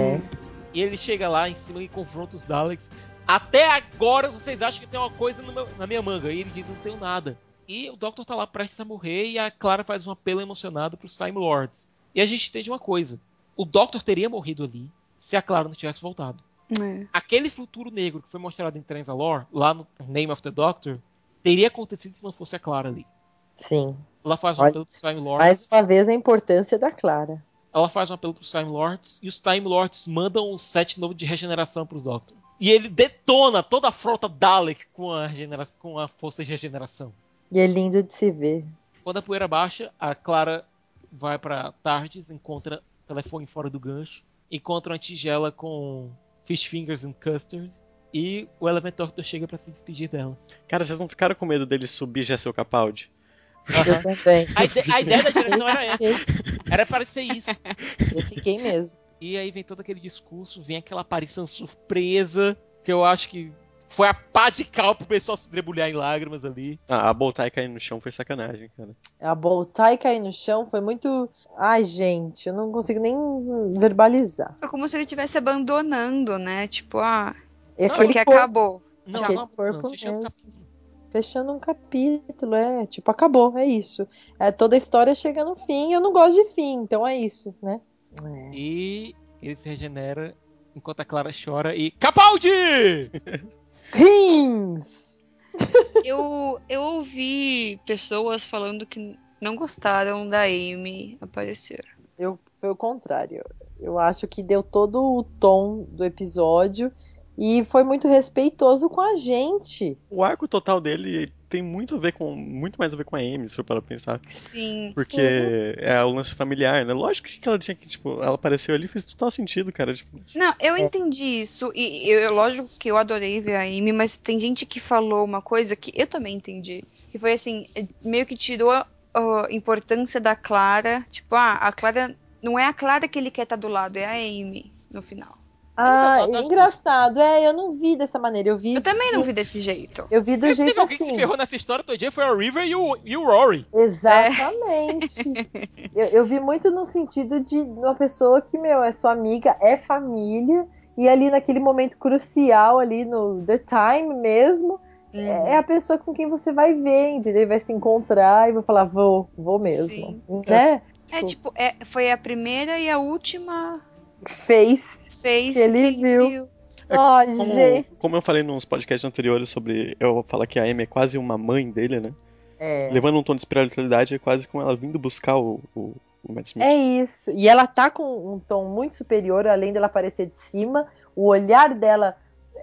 Speaker 3: E ele chega lá em cima e confronta os Daleks. Até agora vocês acham que tem uma coisa na minha manga. E ele diz, não tenho nada. E o Doctor tá lá prestes a morrer e a Clara faz um apelo emocionado pros Time Lords. E a gente entende uma coisa. O Doctor teria morrido ali se a Clara não tivesse voltado. Aquele futuro negro que foi mostrado em Transalore, lá no Name of the Doctor, teria acontecido se não fosse a Clara ali.
Speaker 5: Sim.
Speaker 3: Ela faz um apelo pros Time Lords.
Speaker 5: Mais uma vez a importância da Clara.
Speaker 3: Ela faz um apelo pros Time Lords e os Time Lords mandam um set novo de regeneração pros Doctor. E ele detona toda a frota Dalek com a força de regeneração.
Speaker 5: E é lindo de se ver.
Speaker 3: Quando a poeira baixa, a Clara vai pra TARDIS, encontra o telefone fora do gancho, encontra uma tigela com fish fingers and custard, e o Eleventh Doctor chega pra se despedir dela.
Speaker 2: Cara, vocês não ficaram com medo dele subir já seu Capaldi?
Speaker 5: Eu também.
Speaker 3: A ideia da direção era essa. Era para ser isso.
Speaker 5: Eu fiquei mesmo.
Speaker 3: E aí vem todo aquele discurso, vem aquela aparição surpresa, que eu acho que foi a pá de cal pro pessoal se debulhar em lágrimas ali.
Speaker 2: A Boltai cair no chão foi sacanagem, cara.
Speaker 5: A Boltai cair no chão foi muito... Ai, gente, eu não consigo nem verbalizar.
Speaker 4: Foi como se ele estivesse abandonando, né? Tipo,
Speaker 5: Isso
Speaker 4: aqui acabou.
Speaker 3: Não,
Speaker 5: Aquele
Speaker 3: não,
Speaker 5: corpo
Speaker 3: fechando o
Speaker 5: mesmo.
Speaker 3: capítulo.
Speaker 5: Fechando um capítulo, tipo, acabou, é isso. Toda a história chega no fim, eu não gosto de fim, então é isso, né?
Speaker 3: E ele se regenera enquanto a Clara chora e... Capaldi!
Speaker 5: Rins!
Speaker 4: Eu ouvi pessoas falando que não gostaram da Amy aparecer.
Speaker 5: Foi o contrário. Eu acho que deu todo o tom do episódio e foi muito respeitoso com a gente.
Speaker 2: O arco total dele tem muito mais a ver com a Amy, se for para pensar.
Speaker 4: Sim.
Speaker 2: Porque é o lance familiar, né? Lógico que ela tinha que, tipo, ela apareceu ali, fez total sentido, cara. Tipo...
Speaker 4: Não, eu entendi isso. E lógico que eu adorei ver a Amy, mas tem gente que falou uma coisa que eu também entendi. Que foi assim, meio que tirou a importância da Clara. Tipo, a Clara. Não é a Clara que ele quer estar do lado, é a Amy no final.
Speaker 5: Engraçado. Eu não vi dessa maneira. Eu
Speaker 4: também não vi desse jeito.
Speaker 5: Eu vi do jeito
Speaker 3: teve alguém
Speaker 5: assim.
Speaker 3: que se ferrou nessa história todo dia foi a River e o Rory.
Speaker 5: Exatamente. Eu vi muito no sentido de uma pessoa que, é sua amiga, é família, e ali naquele momento crucial, ali no The Time mesmo, é a pessoa com quem você vai ver, entendeu? Vai se encontrar e vai falar, vou mesmo.
Speaker 4: Sim.
Speaker 5: Né?
Speaker 4: Foi a primeira e a última
Speaker 5: face
Speaker 4: que
Speaker 5: ele viu. Gente.
Speaker 2: Como eu falei nos podcasts anteriores sobre eu falar que a Amy é quase uma mãe dele, né? Levando um tom de espiritualidade, é quase como ela vindo buscar o Matt Smith.
Speaker 5: É isso. E ela tá com um tom muito superior, além dela aparecer de cima. O olhar dela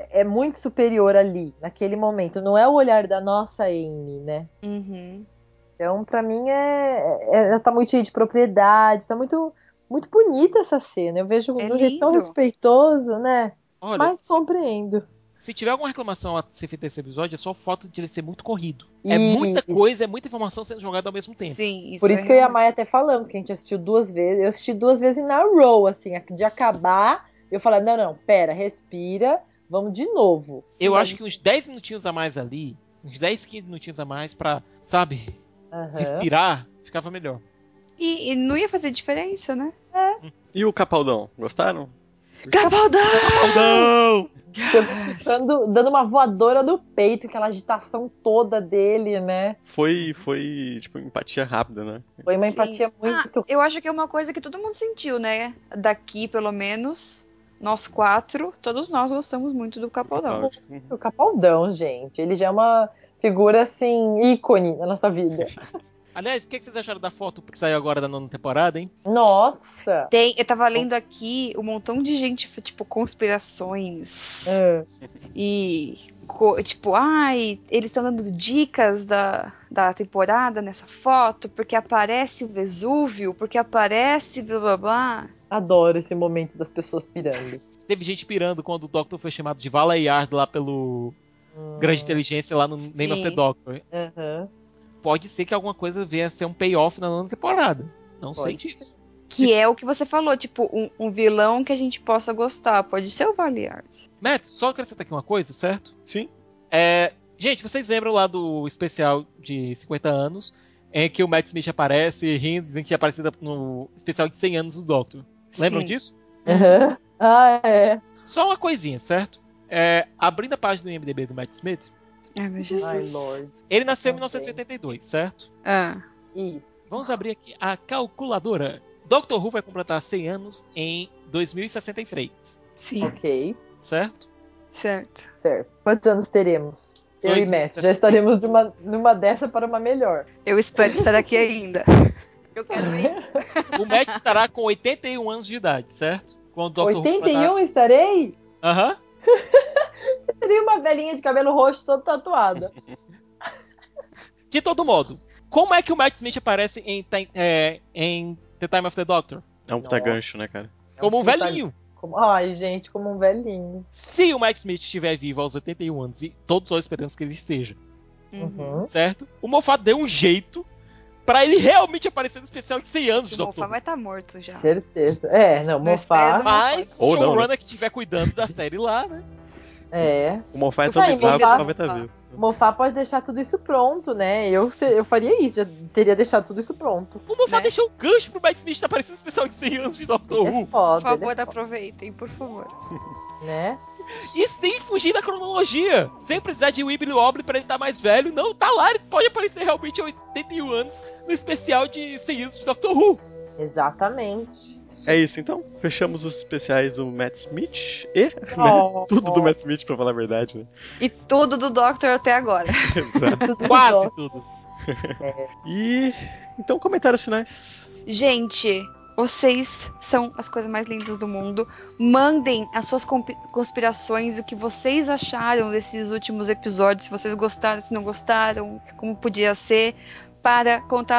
Speaker 5: é muito superior ali, naquele momento. Não é o olhar da nossa Amy, né?
Speaker 4: Uhum.
Speaker 5: Então, pra mim, ela tá muito cheia de propriedade, tá muito, muito bonita essa cena. Eu vejo
Speaker 4: É
Speaker 5: de um jeito tão
Speaker 4: lindo.
Speaker 5: respeitoso, né?
Speaker 3: Olha,
Speaker 5: Mas compreendo.
Speaker 3: se tiver alguma reclamação a ser feita nesse episódio, é só o fato de ele ser muito corrido. É muita coisa, é muita informação sendo jogada ao mesmo tempo.
Speaker 4: Sim,
Speaker 5: Por isso que eu e a Maia até falamos que a gente assistiu 2 vezes. Eu assisti 2 vezes na row, assim, de acabar. Eu falei, não, pera, respira, vamos de novo.
Speaker 3: Eu acho que uns 10 minutinhos a mais ali, uns 10, 15 minutinhos a mais pra, sabe, respirar, ficava melhor.
Speaker 4: E não ia fazer diferença, né?
Speaker 2: E o Capaldão, gostaram?
Speaker 4: Capaldão!
Speaker 5: Chegou dando uma voadora no peito, aquela agitação toda dele, né?
Speaker 2: Foi tipo, empatia rápida, né?
Speaker 5: Foi uma
Speaker 4: Sim.
Speaker 5: empatia muito...
Speaker 4: Eu acho que é uma coisa que todo mundo sentiu, né? Daqui, pelo menos, nós 4, todos nós gostamos muito do Capaldão.
Speaker 5: O Capaldão, gente, ele já é uma figura, assim, ícone na nossa vida.
Speaker 3: Aliás, o que vocês acharam da foto que saiu agora da 9ª temporada, hein?
Speaker 5: Nossa!
Speaker 4: Eu tava lendo aqui um montão de gente, tipo, conspirações. E, tipo, eles estão dando dicas da temporada nessa foto, porque aparece o Vesúvio, porque aparece blá blá blá.
Speaker 5: Adoro esse momento das pessoas pirando.
Speaker 3: Teve gente pirando quando o Doctor foi chamado de Valeyard lá pelo Grande Inteligência lá no Name of the Doctor. Pode ser que alguma coisa venha a ser um payoff na 9ª temporada. Não sei disso.
Speaker 4: Que é o que você falou, tipo, um vilão que a gente possa gostar. Pode ser o Valeyard.
Speaker 3: Matt, só acrescentar aqui uma coisa, certo?
Speaker 2: Sim.
Speaker 3: Gente, vocês lembram lá do especial de 50 anos, em que o Matt Smith aparece rindo, dizendo que tinha aparecido no especial de 100 anos do Doctor. Lembram disso? Só uma coisinha, certo? Abrindo a página do IMDb do Matt Smith.
Speaker 4: Ai, meu Jesus.
Speaker 3: Ele nasceu em 1982, certo?
Speaker 5: Isso.
Speaker 3: Vamos abrir aqui a calculadora. Doctor Who vai completar 100 anos em 2063.
Speaker 4: Sim.
Speaker 5: Ok.
Speaker 3: Certo?
Speaker 4: Certo.
Speaker 5: Quantos anos teremos? Eu e Matt, já estaremos numa dessa para uma melhor.
Speaker 4: Eu espero estar aqui ainda. Eu quero isso.
Speaker 3: O Matt estará com 81 anos de idade, certo? Quando o Dr.
Speaker 5: 81 estarei?
Speaker 3: Aham.
Speaker 5: Seria uma velhinha de cabelo roxo toda tatuada.
Speaker 3: De todo modo, como é que o Matt Smith aparece em The Time of the Doctor?
Speaker 2: É um puta gancho, né, cara?
Speaker 3: Como um velhinho.
Speaker 5: Ai, gente, como um velhinho.
Speaker 3: Se o Matt Smith estiver vivo aos 81 anos, e todos nós esperamos que ele esteja, certo? O Moffat deu um jeito pra ele realmente aparecer no especial de 100 anos de Doctor Who.
Speaker 4: O Moffat vai estar morto já.
Speaker 5: Certeza. Moffat...
Speaker 3: Mas o showrunner que estiver cuidando da série lá, né?
Speaker 2: O Moffat é tão bizarro que só vai estar vivo.
Speaker 5: O Moffat pode deixar tudo isso pronto, né? Eu faria isso, já teria deixado tudo isso pronto.
Speaker 3: O Moffat deixou um gancho pro Matt Smith estar aparecendo no especial de 100 anos de Doctor Who.
Speaker 4: Por favor, aproveitem, por favor.
Speaker 5: Né?
Speaker 3: E sem fugir da cronologia. Sem precisar de Wibbly Wobbly pra ele estar mais velho. Não, tá lá, ele pode aparecer realmente aos 81 anos no especial de 100 anos de Doctor Who.
Speaker 5: Exatamente.
Speaker 2: É isso, então. Fechamos os especiais do Matt Smith e tudo do Matt Smith, pra falar a verdade, né?
Speaker 4: E tudo do Doctor até agora.
Speaker 2: Exato.
Speaker 3: Quase tudo.
Speaker 2: E então, comentários finais.
Speaker 4: Gente, vocês são as coisas mais lindas do mundo. Mandem as suas conspirações, o que vocês acharam desses últimos episódios, se vocês gostaram, se não gostaram, como podia ser, para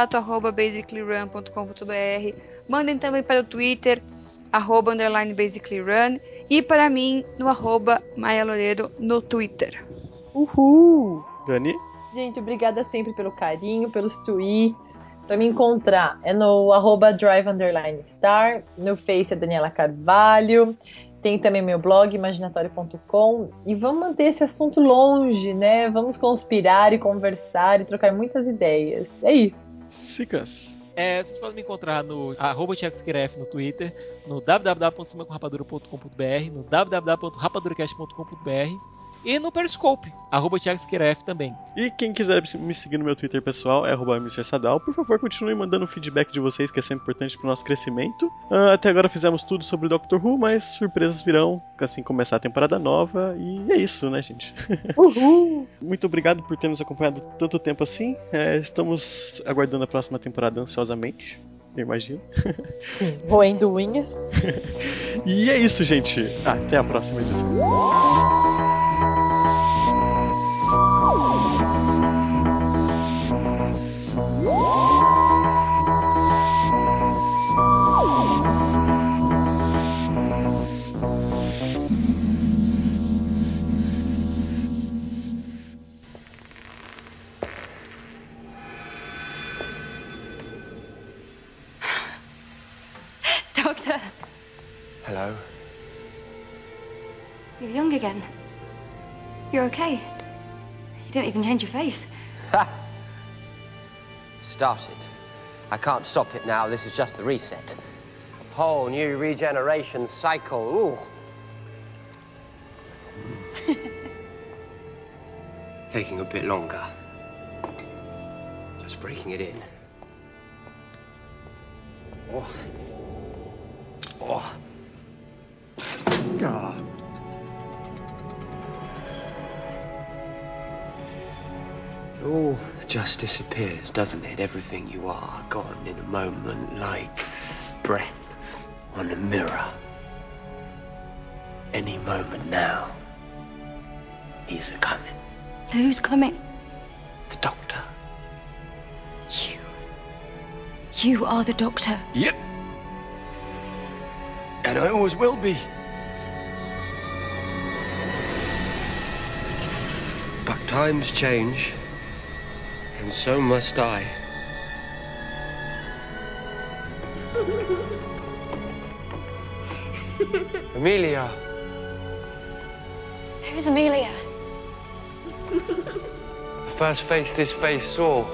Speaker 4: contato@basicallyrun.com.br. Mandem também para o Twitter, @_basicallyrun, e para mim no @maialoredo no Twitter.
Speaker 5: Uhul!
Speaker 2: Dani?
Speaker 5: Gente, obrigada sempre pelo carinho, pelos tweets. Pra me encontrar é no @drive_star, no Face é Daniela Carvalho, tem também meu blog, imaginatório.com, e vamos manter esse assunto longe, né? Vamos conspirar e conversar e trocar muitas ideias. É isso.
Speaker 2: Sicas.
Speaker 3: Vocês podem me encontrar no @ThiagoSquiref no Twitter, no www.cimacorrapadura.com.br, no www.rapaduracast.com.br e no Periscope, @ThiagoSquiref também.
Speaker 2: E quem quiser me seguir no meu Twitter pessoal é @MrSadal. Por favor, continue mandando feedback de vocês, que é sempre importante pro nosso crescimento. Até agora fizemos tudo sobre Doctor Who, mas surpresas virão assim começar a temporada nova. E é isso, né, gente?
Speaker 5: Uhul!
Speaker 2: Muito obrigado por ter nos acompanhado tanto tempo assim. Estamos aguardando a próxima temporada ansiosamente, eu imagino.
Speaker 5: Sim, roendo unhas.
Speaker 2: E é isso, gente. Até a próxima edição.
Speaker 11: You're young again. You're okay. You didn't even change your face.
Speaker 12: Ha! Started. I can't stop it now. This is just the reset. A whole new regeneration cycle. Ooh. Taking a bit longer. Just breaking it in. Oh. Oh. God. It all just disappears, doesn't it? Everything you are gone in a moment, like breath on a mirror. Any moment now, he's a-coming.
Speaker 11: Who's coming?
Speaker 12: The Doctor.
Speaker 11: You are the Doctor.
Speaker 12: Yep. And I always will be. But times change, and so must I. Amelia.
Speaker 11: Who's Amelia?
Speaker 12: The first face this face saw.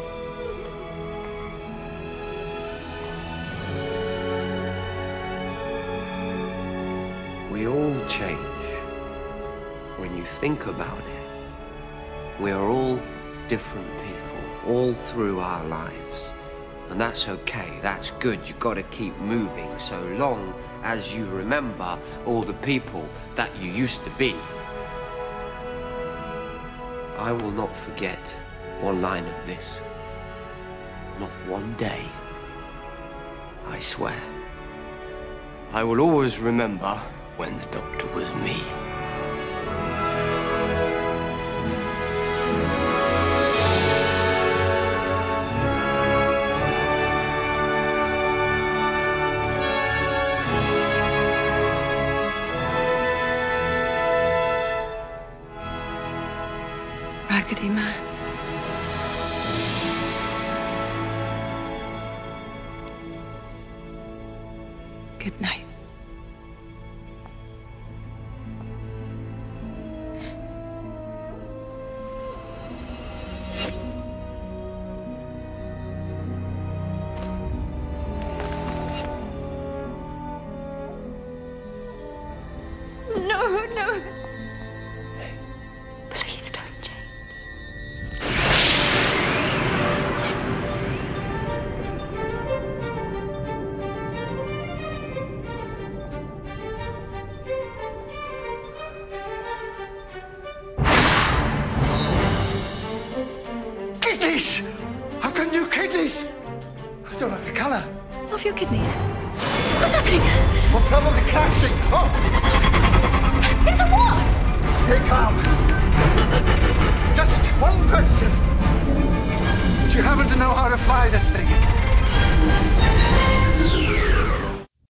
Speaker 12: We all change. When you think about it, we are all different people, all through our lives. And that's okay, that's good. You've got to keep moving so long as you remember all the people that you used to be. I will not forget one line of this. Not one day. I swear. I will always remember when the Doctor was me.
Speaker 11: Raggedy Man. Good night. No. Please don't change.
Speaker 1: Kidneys! I've got new kidneys! I don't like the colour.
Speaker 11: Off your kidneys. What's happening?
Speaker 1: We're probably crashing. Oh!
Speaker 11: It's a what?
Speaker 1: Stay calm. Just one question. Do you happen to know how to fly this thing?